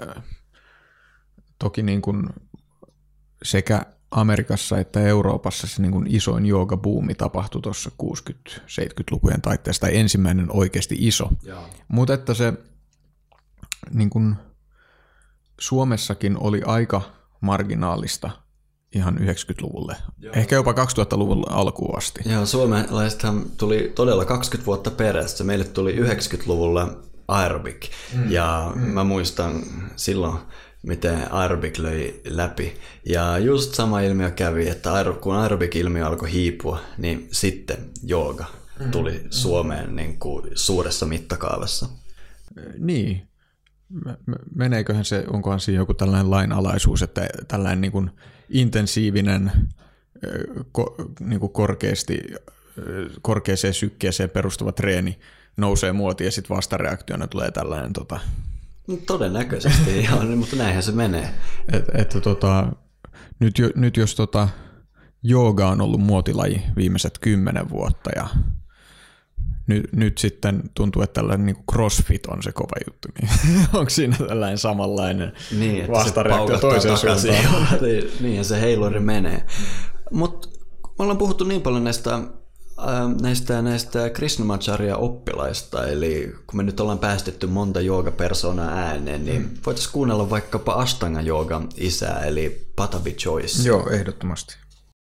toki niin kuin sekä Amerikassa että Euroopassa se niin kuin isoin joogabuumi tapahtui tuossa kuusikymmentä-seitsemänkymmentälukujen taitteessa, tai ensimmäinen oikeasti iso. Mutta että se niin kuin Suomessakin oli aika marginaalista ihan yhdeksänkymmentäluvulle, Joo. ehkä jopa kaksituhattaluvun alkuun asti. Joo, suomalaisethan tuli todella kaksikymmentä vuotta perässä. Meille tuli yhdeksänkymmentäluvulla aerobic, mm. ja mm. mä muistan silloin, miten aerobic löi läpi. Ja just sama ilmiö kävi, että kun aerobic-ilmiö alkoi hiipua, niin sitten jooga tuli mm. Suomeen niin kuin suuressa mittakaavassa. Niin. Meneeköhän se, onkohan siinä joku tällainen lainalaisuus, että tällainen niin kuin intensiivinen, ko, niin kuin korkeasti, korkeaseen sykkeeseen perustuva treeni nousee muotiin ja sitten vastareaktiona tulee tällainen... Tota... No, todennäköisesti, joo, mutta näinhän se menee. Et, että tota, nyt, jo, nyt jos tota, jooga on ollut muotilaji viimeiset kymmenen vuotta ja nyt, nyt sitten tuntuu, että tällainen niin kuin crossfit on se kova juttu, niin onko siinä tällainen samanlainen niin, vastareaktio toiseen suuntaan? Niin, se heiluri menee. Mutta me ollaan puhuttu niin paljon näistä, äh, näistä, näistä Krishnamacharya-oppilaista, eli kun me nyt ollaan päästetty monta joogapersonaa ääneen, niin mm. voitaisiin kuunnella vaikkapa Ashtanga-joogan isää, eli Pattabhi Jois. Joo, ehdottomasti.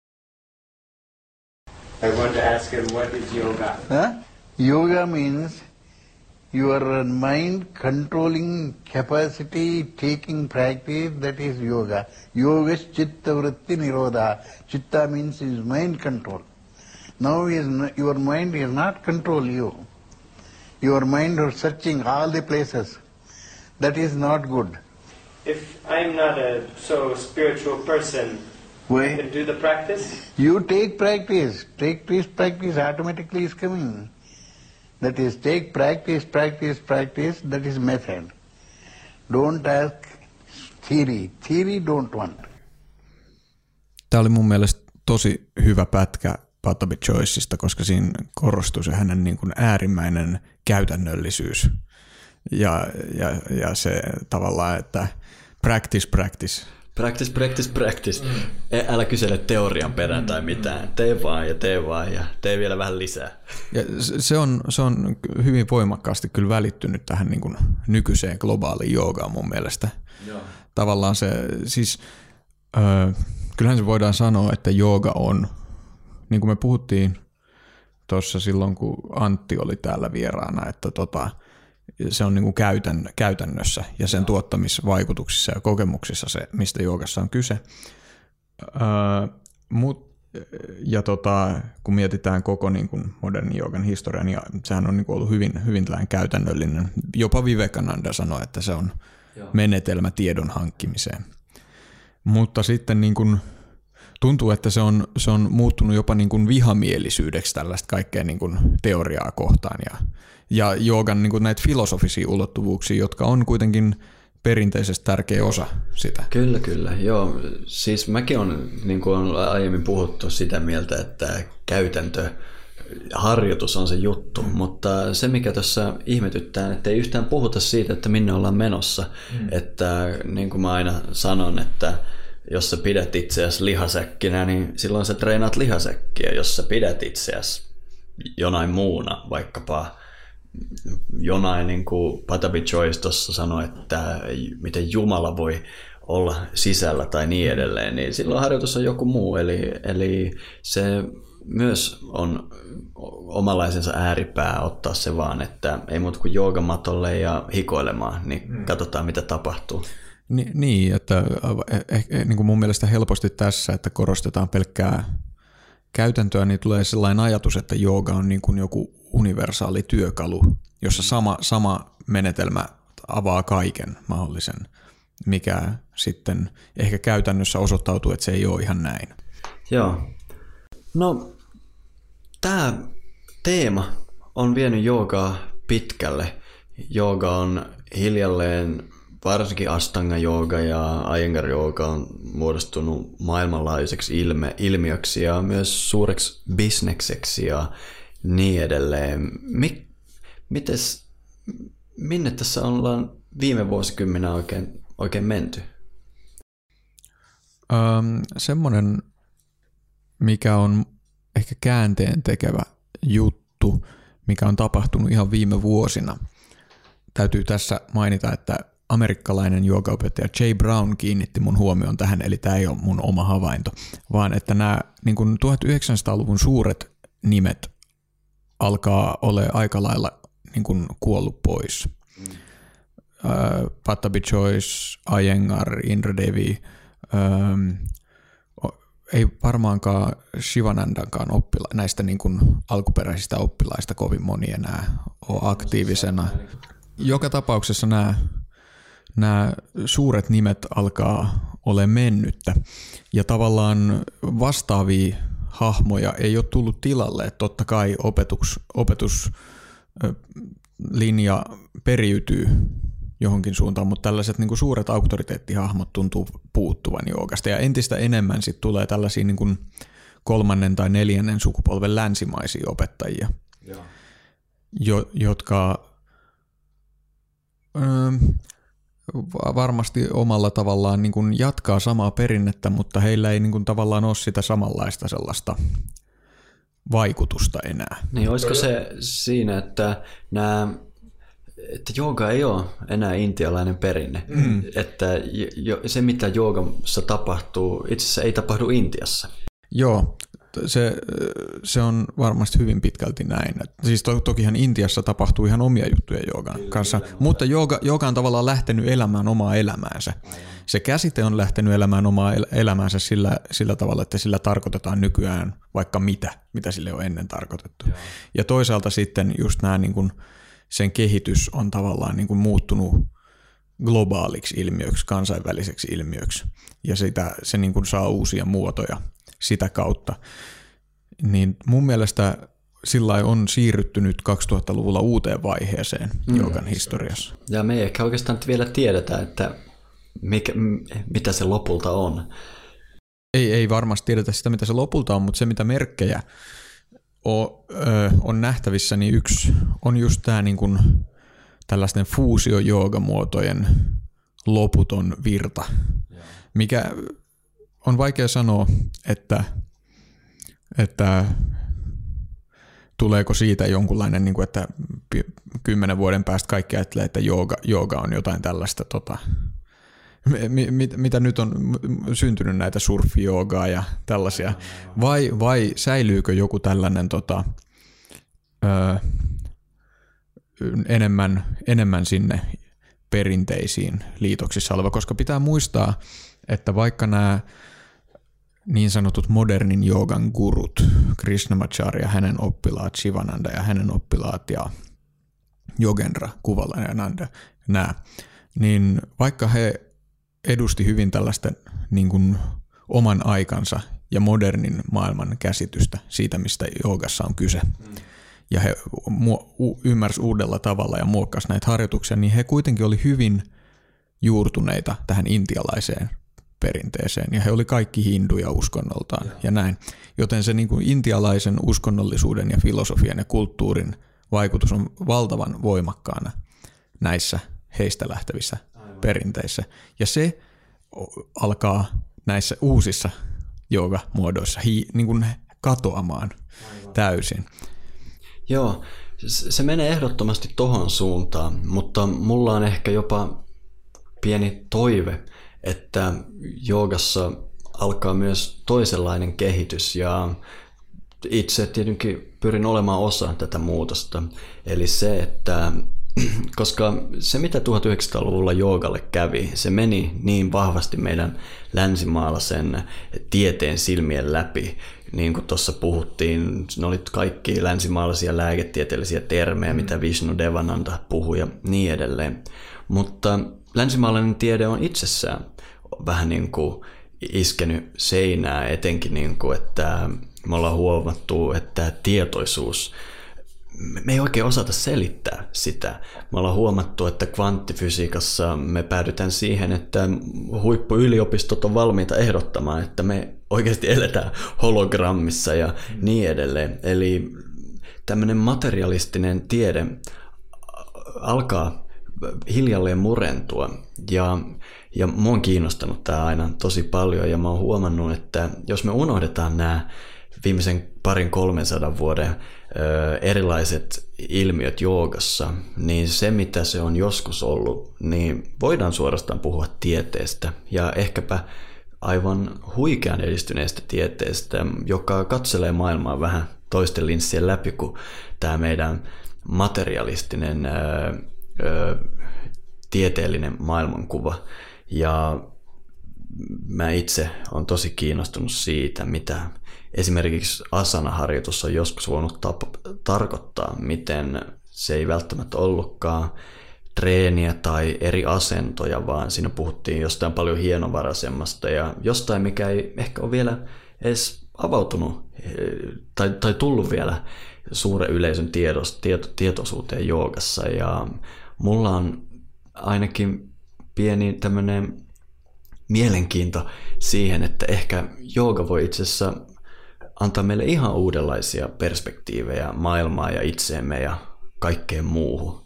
I want to ask him, what is yoga? Huh? Yoga means your mind controlling capacity, taking practice, that is yoga. Yoga is chitta vritti nirodha. Chitta means is mind control. Now is n- your mind is not control you. Your mind is searching all the places. That is not good. If I'm not a so spiritual person, Why? I can do the practice? You take practice. Take this practice, automatically is coming. That is, take practice, practice, practice, that is method. Don't ask theory. Theory don't want. Tämä oli mun mielestä tosi hyvä pätkä Pattabhi Joisista, koska siinä korostui se hänen niin kuin äärimmäinen käytännöllisyys. Ja, ja, ja se tavallaan, että practice, practice. Practice, practice, practice. Mm. Älä kysele teorian perään tai mitään. Tee vaan ja tee vaan ja tee vielä vähän lisää. Ja se, on, se on hyvin voimakkaasti kyllä välittynyt tähän niin kuin nykyiseen globaaliin joogaan mun mielestä. Joo. Tavallaan se, siis ö, kyllähän se voidaan sanoa, että jooga on, niin kuin me puhuttiin tuossa silloin, kun Antti oli täällä vieraana, että tota, se on niin kuin käytän, käytännössä ja sen tuottamisvaikutuksissa ja kokemuksissa se, mistä joogassa on kyse. Öö, mut, ja tota, kun mietitään koko niin kuin modernin joogan historian, niin sehän on niin kuin ollut hyvin, hyvin tällainen käytännöllinen. Jopa Vivekananda sanoi, että se on Joo. menetelmä tiedon hankkimiseen. Mutta sitten niin kuin tuntuu, että se on, se on muuttunut jopa niin kuin vihamielisyydeksi tällaista kaikkea niin kuin teoriaa kohtaan ja, ja joogan niin kuin näitä filosofisia ulottuvuuksia, jotka on kuitenkin perinteisesti tärkeä osa sitä. Kyllä, kyllä. Joo, siis mäkin on, niin kuin on aiemmin puhuttu, sitä mieltä, että käytäntö, harjoitus on se juttu, mutta se mikä tuossa ihmetyttää, että ei yhtään puhuta siitä, että minne ollaan menossa. Mm. Että niin kuin mä aina sanon, että jos sä pidät itseäsi lihasäkkinä, niin silloin sä treenaat lihasäkkiä. Jos sä pidät itseäsi jonain muuna, vaikkapa jonain, niin kuin Patabi Joyce tuossa sanoi, että miten Jumala voi olla sisällä tai niin edelleen, niin silloin harjoitus on joku muu. Eli, eli se myös on omalaisensa ääripää ottaa se vaan, että ei muuta kuin joogamatolle ja hikoilemaan, niin mm. katsotaan mitä tapahtuu. Ni, niin, että eh, eh, niin kuin mun mielestä helposti tässä, että korostetaan pelkkää käytäntöä, niin tulee sellainen ajatus, että jooga on niin kuin joku universaali työkalu, jossa sama, sama menetelmä avaa kaiken mahdollisen, mikä sitten ehkä käytännössä osoittautuu, että se ei ole ihan näin. Joo. No, tämä teema on vienyt joogaa pitkälle. Jooga on hiljalleen, varsinkin Ashtanga-jooga ja Iyengar-jooga on muodostunut maailmanlaajuiseksi ilme, ilmiöksi ja myös suureksi bisnekseksi ja niin edelleen. Mik, mites, minne tässä ollaan viime vuosikymmenä oikein, oikein menty? Öm, semmoinen, mikä on ehkä käänteen tekevä juttu, mikä on tapahtunut ihan viime vuosina. Täytyy tässä mainita, että amerikkalainen joogaopettaja Jay Brown kiinnitti mun huomioon tähän, eli tämä ei ole mun oma havainto, vaan että nämä niin kuin tuhatyhdeksänsataaluvun suuret nimet alkaa olla aika lailla niin kuin kuollut pois. Mm. Uh, Patabi Joyce, Iyengar, Indra Devi, um, ei varmaankaan Shivanandankaan oppila- näistä niin kuin alkuperäisistä oppilaista kovin moni enää ole aktiivisena. Joka tapauksessa nämä, nämä suuret nimet alkaa ole mennyttä ja tavallaan vastaavia hahmoja ei ole tullut tilalle. Että totta kai opetus, opetuslinja periytyy johonkin suuntaan, mutta tällaiset niin kuin suuret auktoriteettihahmot tuntuu puuttuvan joogasta ja entistä enemmän sit tulee tällaisia niin kuin kolmannen tai neljännen sukupolven länsimaisia opettajia, jo, jotka ö, varmasti omalla tavallaan niin kuin jatkaa samaa perinnettä, mutta heillä ei niin kuin tavallaan ole sitä samanlaista sellaista vaikutusta enää. Niin, olisiko se siinä, että nämä että jooga ei ole enää intialainen perinne. Mm. Että jo, se, mitä joogassa tapahtuu, itse asiassa ei tapahdu Intiassa. Joo, se, se on varmasti hyvin pitkälti näin. Siis to, tokihan Intiassa tapahtuu ihan omia juttuja joogan kyllä, kanssa, kyllä, mutta jooga, jooga on tavallaan lähtenyt elämään omaa elämäänsä. Aivan. Se käsite on lähtenyt elämään omaa elämäänsä sillä, sillä tavalla, että sillä tarkoitetaan nykyään vaikka mitä, mitä sille on ennen tarkoitettu. Joo. Ja toisaalta sitten just nämä niin kuin sen kehitys on tavallaan niin kuin muuttunut globaaliksi ilmiöksi, kansainväliseksi ilmiöksi, ja sitä, se niin kuin saa uusia muotoja sitä kautta. Niin mun mielestä sillä on siirrytty nyt kaksituhattaluvulla uuteen vaiheeseen mm. joogan historiassa. Ja me ei ehkä oikeastaan vielä tiedetä, että mikä, mitä se lopulta on. Ei, ei varmasti tiedetä sitä, mitä se lopulta on, mutta se, mitä merkkejä on, on nähtävissä, niin yksi on just tämä niin kuin tällaisten fuusio-joogamuotojen loputon virta, mikä on vaikea sanoa, että, että tuleeko siitä jonkunlainen, niin kuin, että kymmenen vuoden päästä kaikki ajattelee, että jooga, jooga on jotain tällaista, tota, mit, mitä nyt on syntynyt näitä surfijoogaa ja tällaisia, vai, vai säilyykö joku tällainen tota, ö, enemmän, enemmän sinne perinteisiin liitoksissa oleva, koska pitää muistaa, että vaikka nämä niin sanotut modernin joogan gurut, Krishnamacharya, hänen oppilaat, Shivananda ja hänen oppilaat ja Yogendra, Kuvalananda, nämä, niin vaikka he edusti hyvin tällaista niin kuin oman aikansa ja modernin maailman käsitystä siitä, mistä joogassa on kyse. Mm. Ja he ymmärsivät uudella tavalla ja muokkasivat näitä harjoituksia, niin he kuitenkin oli hyvin juurtuneita tähän intialaiseen perinteeseen. Ja he oli kaikki hinduja uskonnoltaan ja, ja näin. Joten se niin kuin intialaisen uskonnollisuuden ja filosofian ja kulttuurin vaikutus on valtavan voimakkaana näissä heistä lähtevissä Aivan. perinteissä. Ja se alkaa näissä uusissa joogamuodoissa hi, niin kuin katoamaan Aivan. täysin. Joo, se menee ehdottomasti tohon suuntaan, mutta mulla on ehkä jopa pieni toive, että joogassa alkaa myös toisenlainen kehitys ja itse tietenkin pyrin olemaan osa tätä muutosta. Eli se, että koska se mitä tuhatyhdeksänsataaluvulla joogalle kävi, se meni niin vahvasti meidän länsimaalaisen tieteen silmien läpi. Niin kuin tuossa puhuttiin, ne oli kaikki länsimaalaisia lääketieteellisiä termejä, mitä Vishnu Devananda puhui ja niin edelleen. Mutta länsimaalainen tiede on itsessään vähän niin kuin iskenyt seinää, etenkin niin kuin, että me ollaan huomattu, että tietoisuus, me ei oikein osata selittää sitä. Me ollaan huomattu, että kvanttifysiikassa me päädytään siihen, että huippuyliopistot on valmiita ehdottamaan, että me oikeasti eletään hologrammissa ja niin edelleen. Eli tämmöinen materialistinen tiede alkaa hiljalleen murentua ja, ja mua on kiinnostanut tämä aina tosi paljon ja mä oon huomannut, että jos me unohdetaan nämä viimeisen parin kolmensadan vuoden ö, erilaiset ilmiöt joogassa, niin se mitä se on joskus ollut, niin voidaan suorastaan puhua tieteestä ja ehkäpä aivan huikean edistyneestä tieteestä, joka katselee maailmaa vähän toisten linssien läpi kuin tämä meidän materialistinen ö, ö, tieteellinen maailmankuva. Ja mä itse olen tosi kiinnostunut siitä, mitä esimerkiksi asana-harjoitus on joskus voinut tap- tarkoittaa, miten se ei välttämättä ollutkaan treeniä tai eri asentoja, vaan siinä puhuttiin jostain paljon hienovaraisemmasta ja jostain, mikä ei ehkä ole vielä edes avautunut tai, tai tullut vielä suuren yleisön tiedos, tieto, tietoisuuteen joogassa. Ja mulla on ainakin pieni tämmöinen mielenkiinto siihen, että ehkä jooga voi itse asiassa antaa meille ihan uudenlaisia perspektiivejä maailmaa ja itseemme ja kaikkeen muuhun.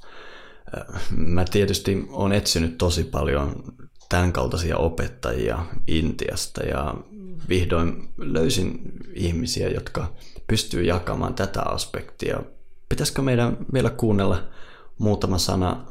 Mä tietysti olen etsinyt tosi paljon tämän kaltaisia opettajia Intiasta ja vihdoin löysin ihmisiä, jotka pystyy jakamaan tätä aspektia. Pitäisikö meidän vielä kuunnella muutama sana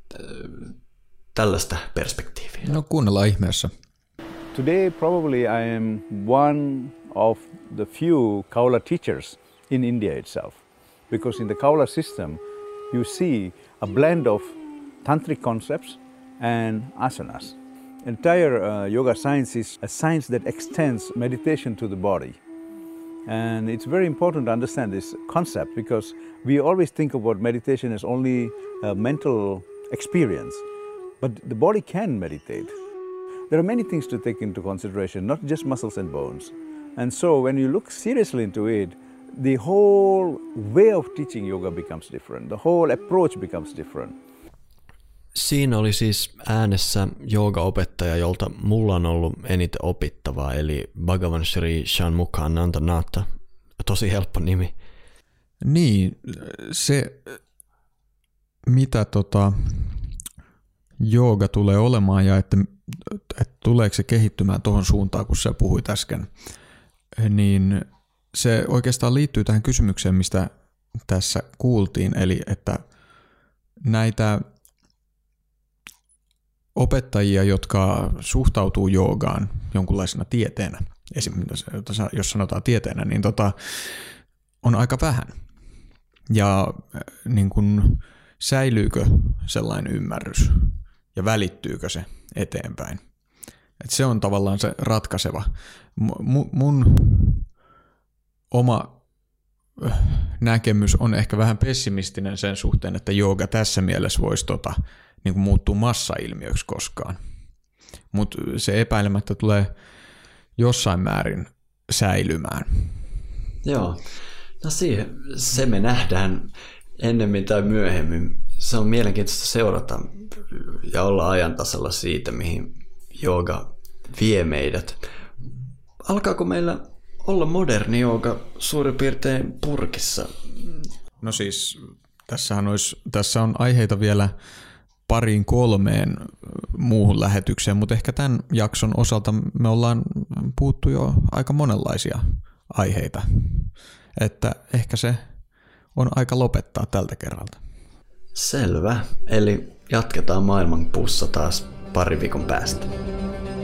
tällaista perspektiiviä? No kuunnellaan ihmeessä. Today probably I am one of the few Kaula teachers in India itself, because in the Kaula system you see a blend of tantric concepts and asanas. Entire uh, yoga science is a science that extends meditation to the body. And it's very important to understand this concept because we always think about meditation as only a mental experience, but the body can meditate. There are many things to take into consideration, not just muscles and bones. And so when you look seriously into it, the whole way of teaching yoga becomes different. The whole approach becomes different. Siinä oli siis äänessä joogaopettaja, jolta mulla on ollut eniten opittavaa, eli Bhagavan Sri Shanmukhananda Natha. Tosi helppo nimi. Niin, se mitä tota, jooga tulee olemaan ja että, että tuleeko se kehittymään tuohon suuntaan, kun sä puhuit äsken, niin se oikeastaan liittyy tähän kysymykseen, mistä tässä kuultiin, eli että näitä opettajia, jotka suhtautuu joogaan jonkunlaisena tieteenä, esimerkiksi jos sanotaan tieteenä, niin tota, on aika vähän. Ja niin kun, säilyykö sellainen ymmärrys ja välittyykö se eteenpäin? Et se on tavallaan se ratkaiseva. M- mun oma näkemys on ehkä vähän pessimistinen sen suhteen, että jooga tässä mielessä voisi tota, niin kuin muuttua massailmiöksi koskaan. Mutta se epäilemättä tulee jossain määrin säilymään. Joo, no siihen, se me nähdään ennemmin tai myöhemmin. Se on mielenkiintoista seurata ja olla ajan tasalla siitä, mihin jooga vie meidät. Alkaako meillä olla moderni jooga suurin piirtein purkissa? No siis, tässähän olisi, tässä on aiheita vielä pariin kolmeen muuhun lähetykseen, mutta ehkä tämän jakson osalta me ollaan puhuttu jo aika monenlaisia aiheita. Että ehkä se on aika lopettaa tältä kerralta. Selvä. Eli jatketaan maailmanpuussa taas pari viikon päästä.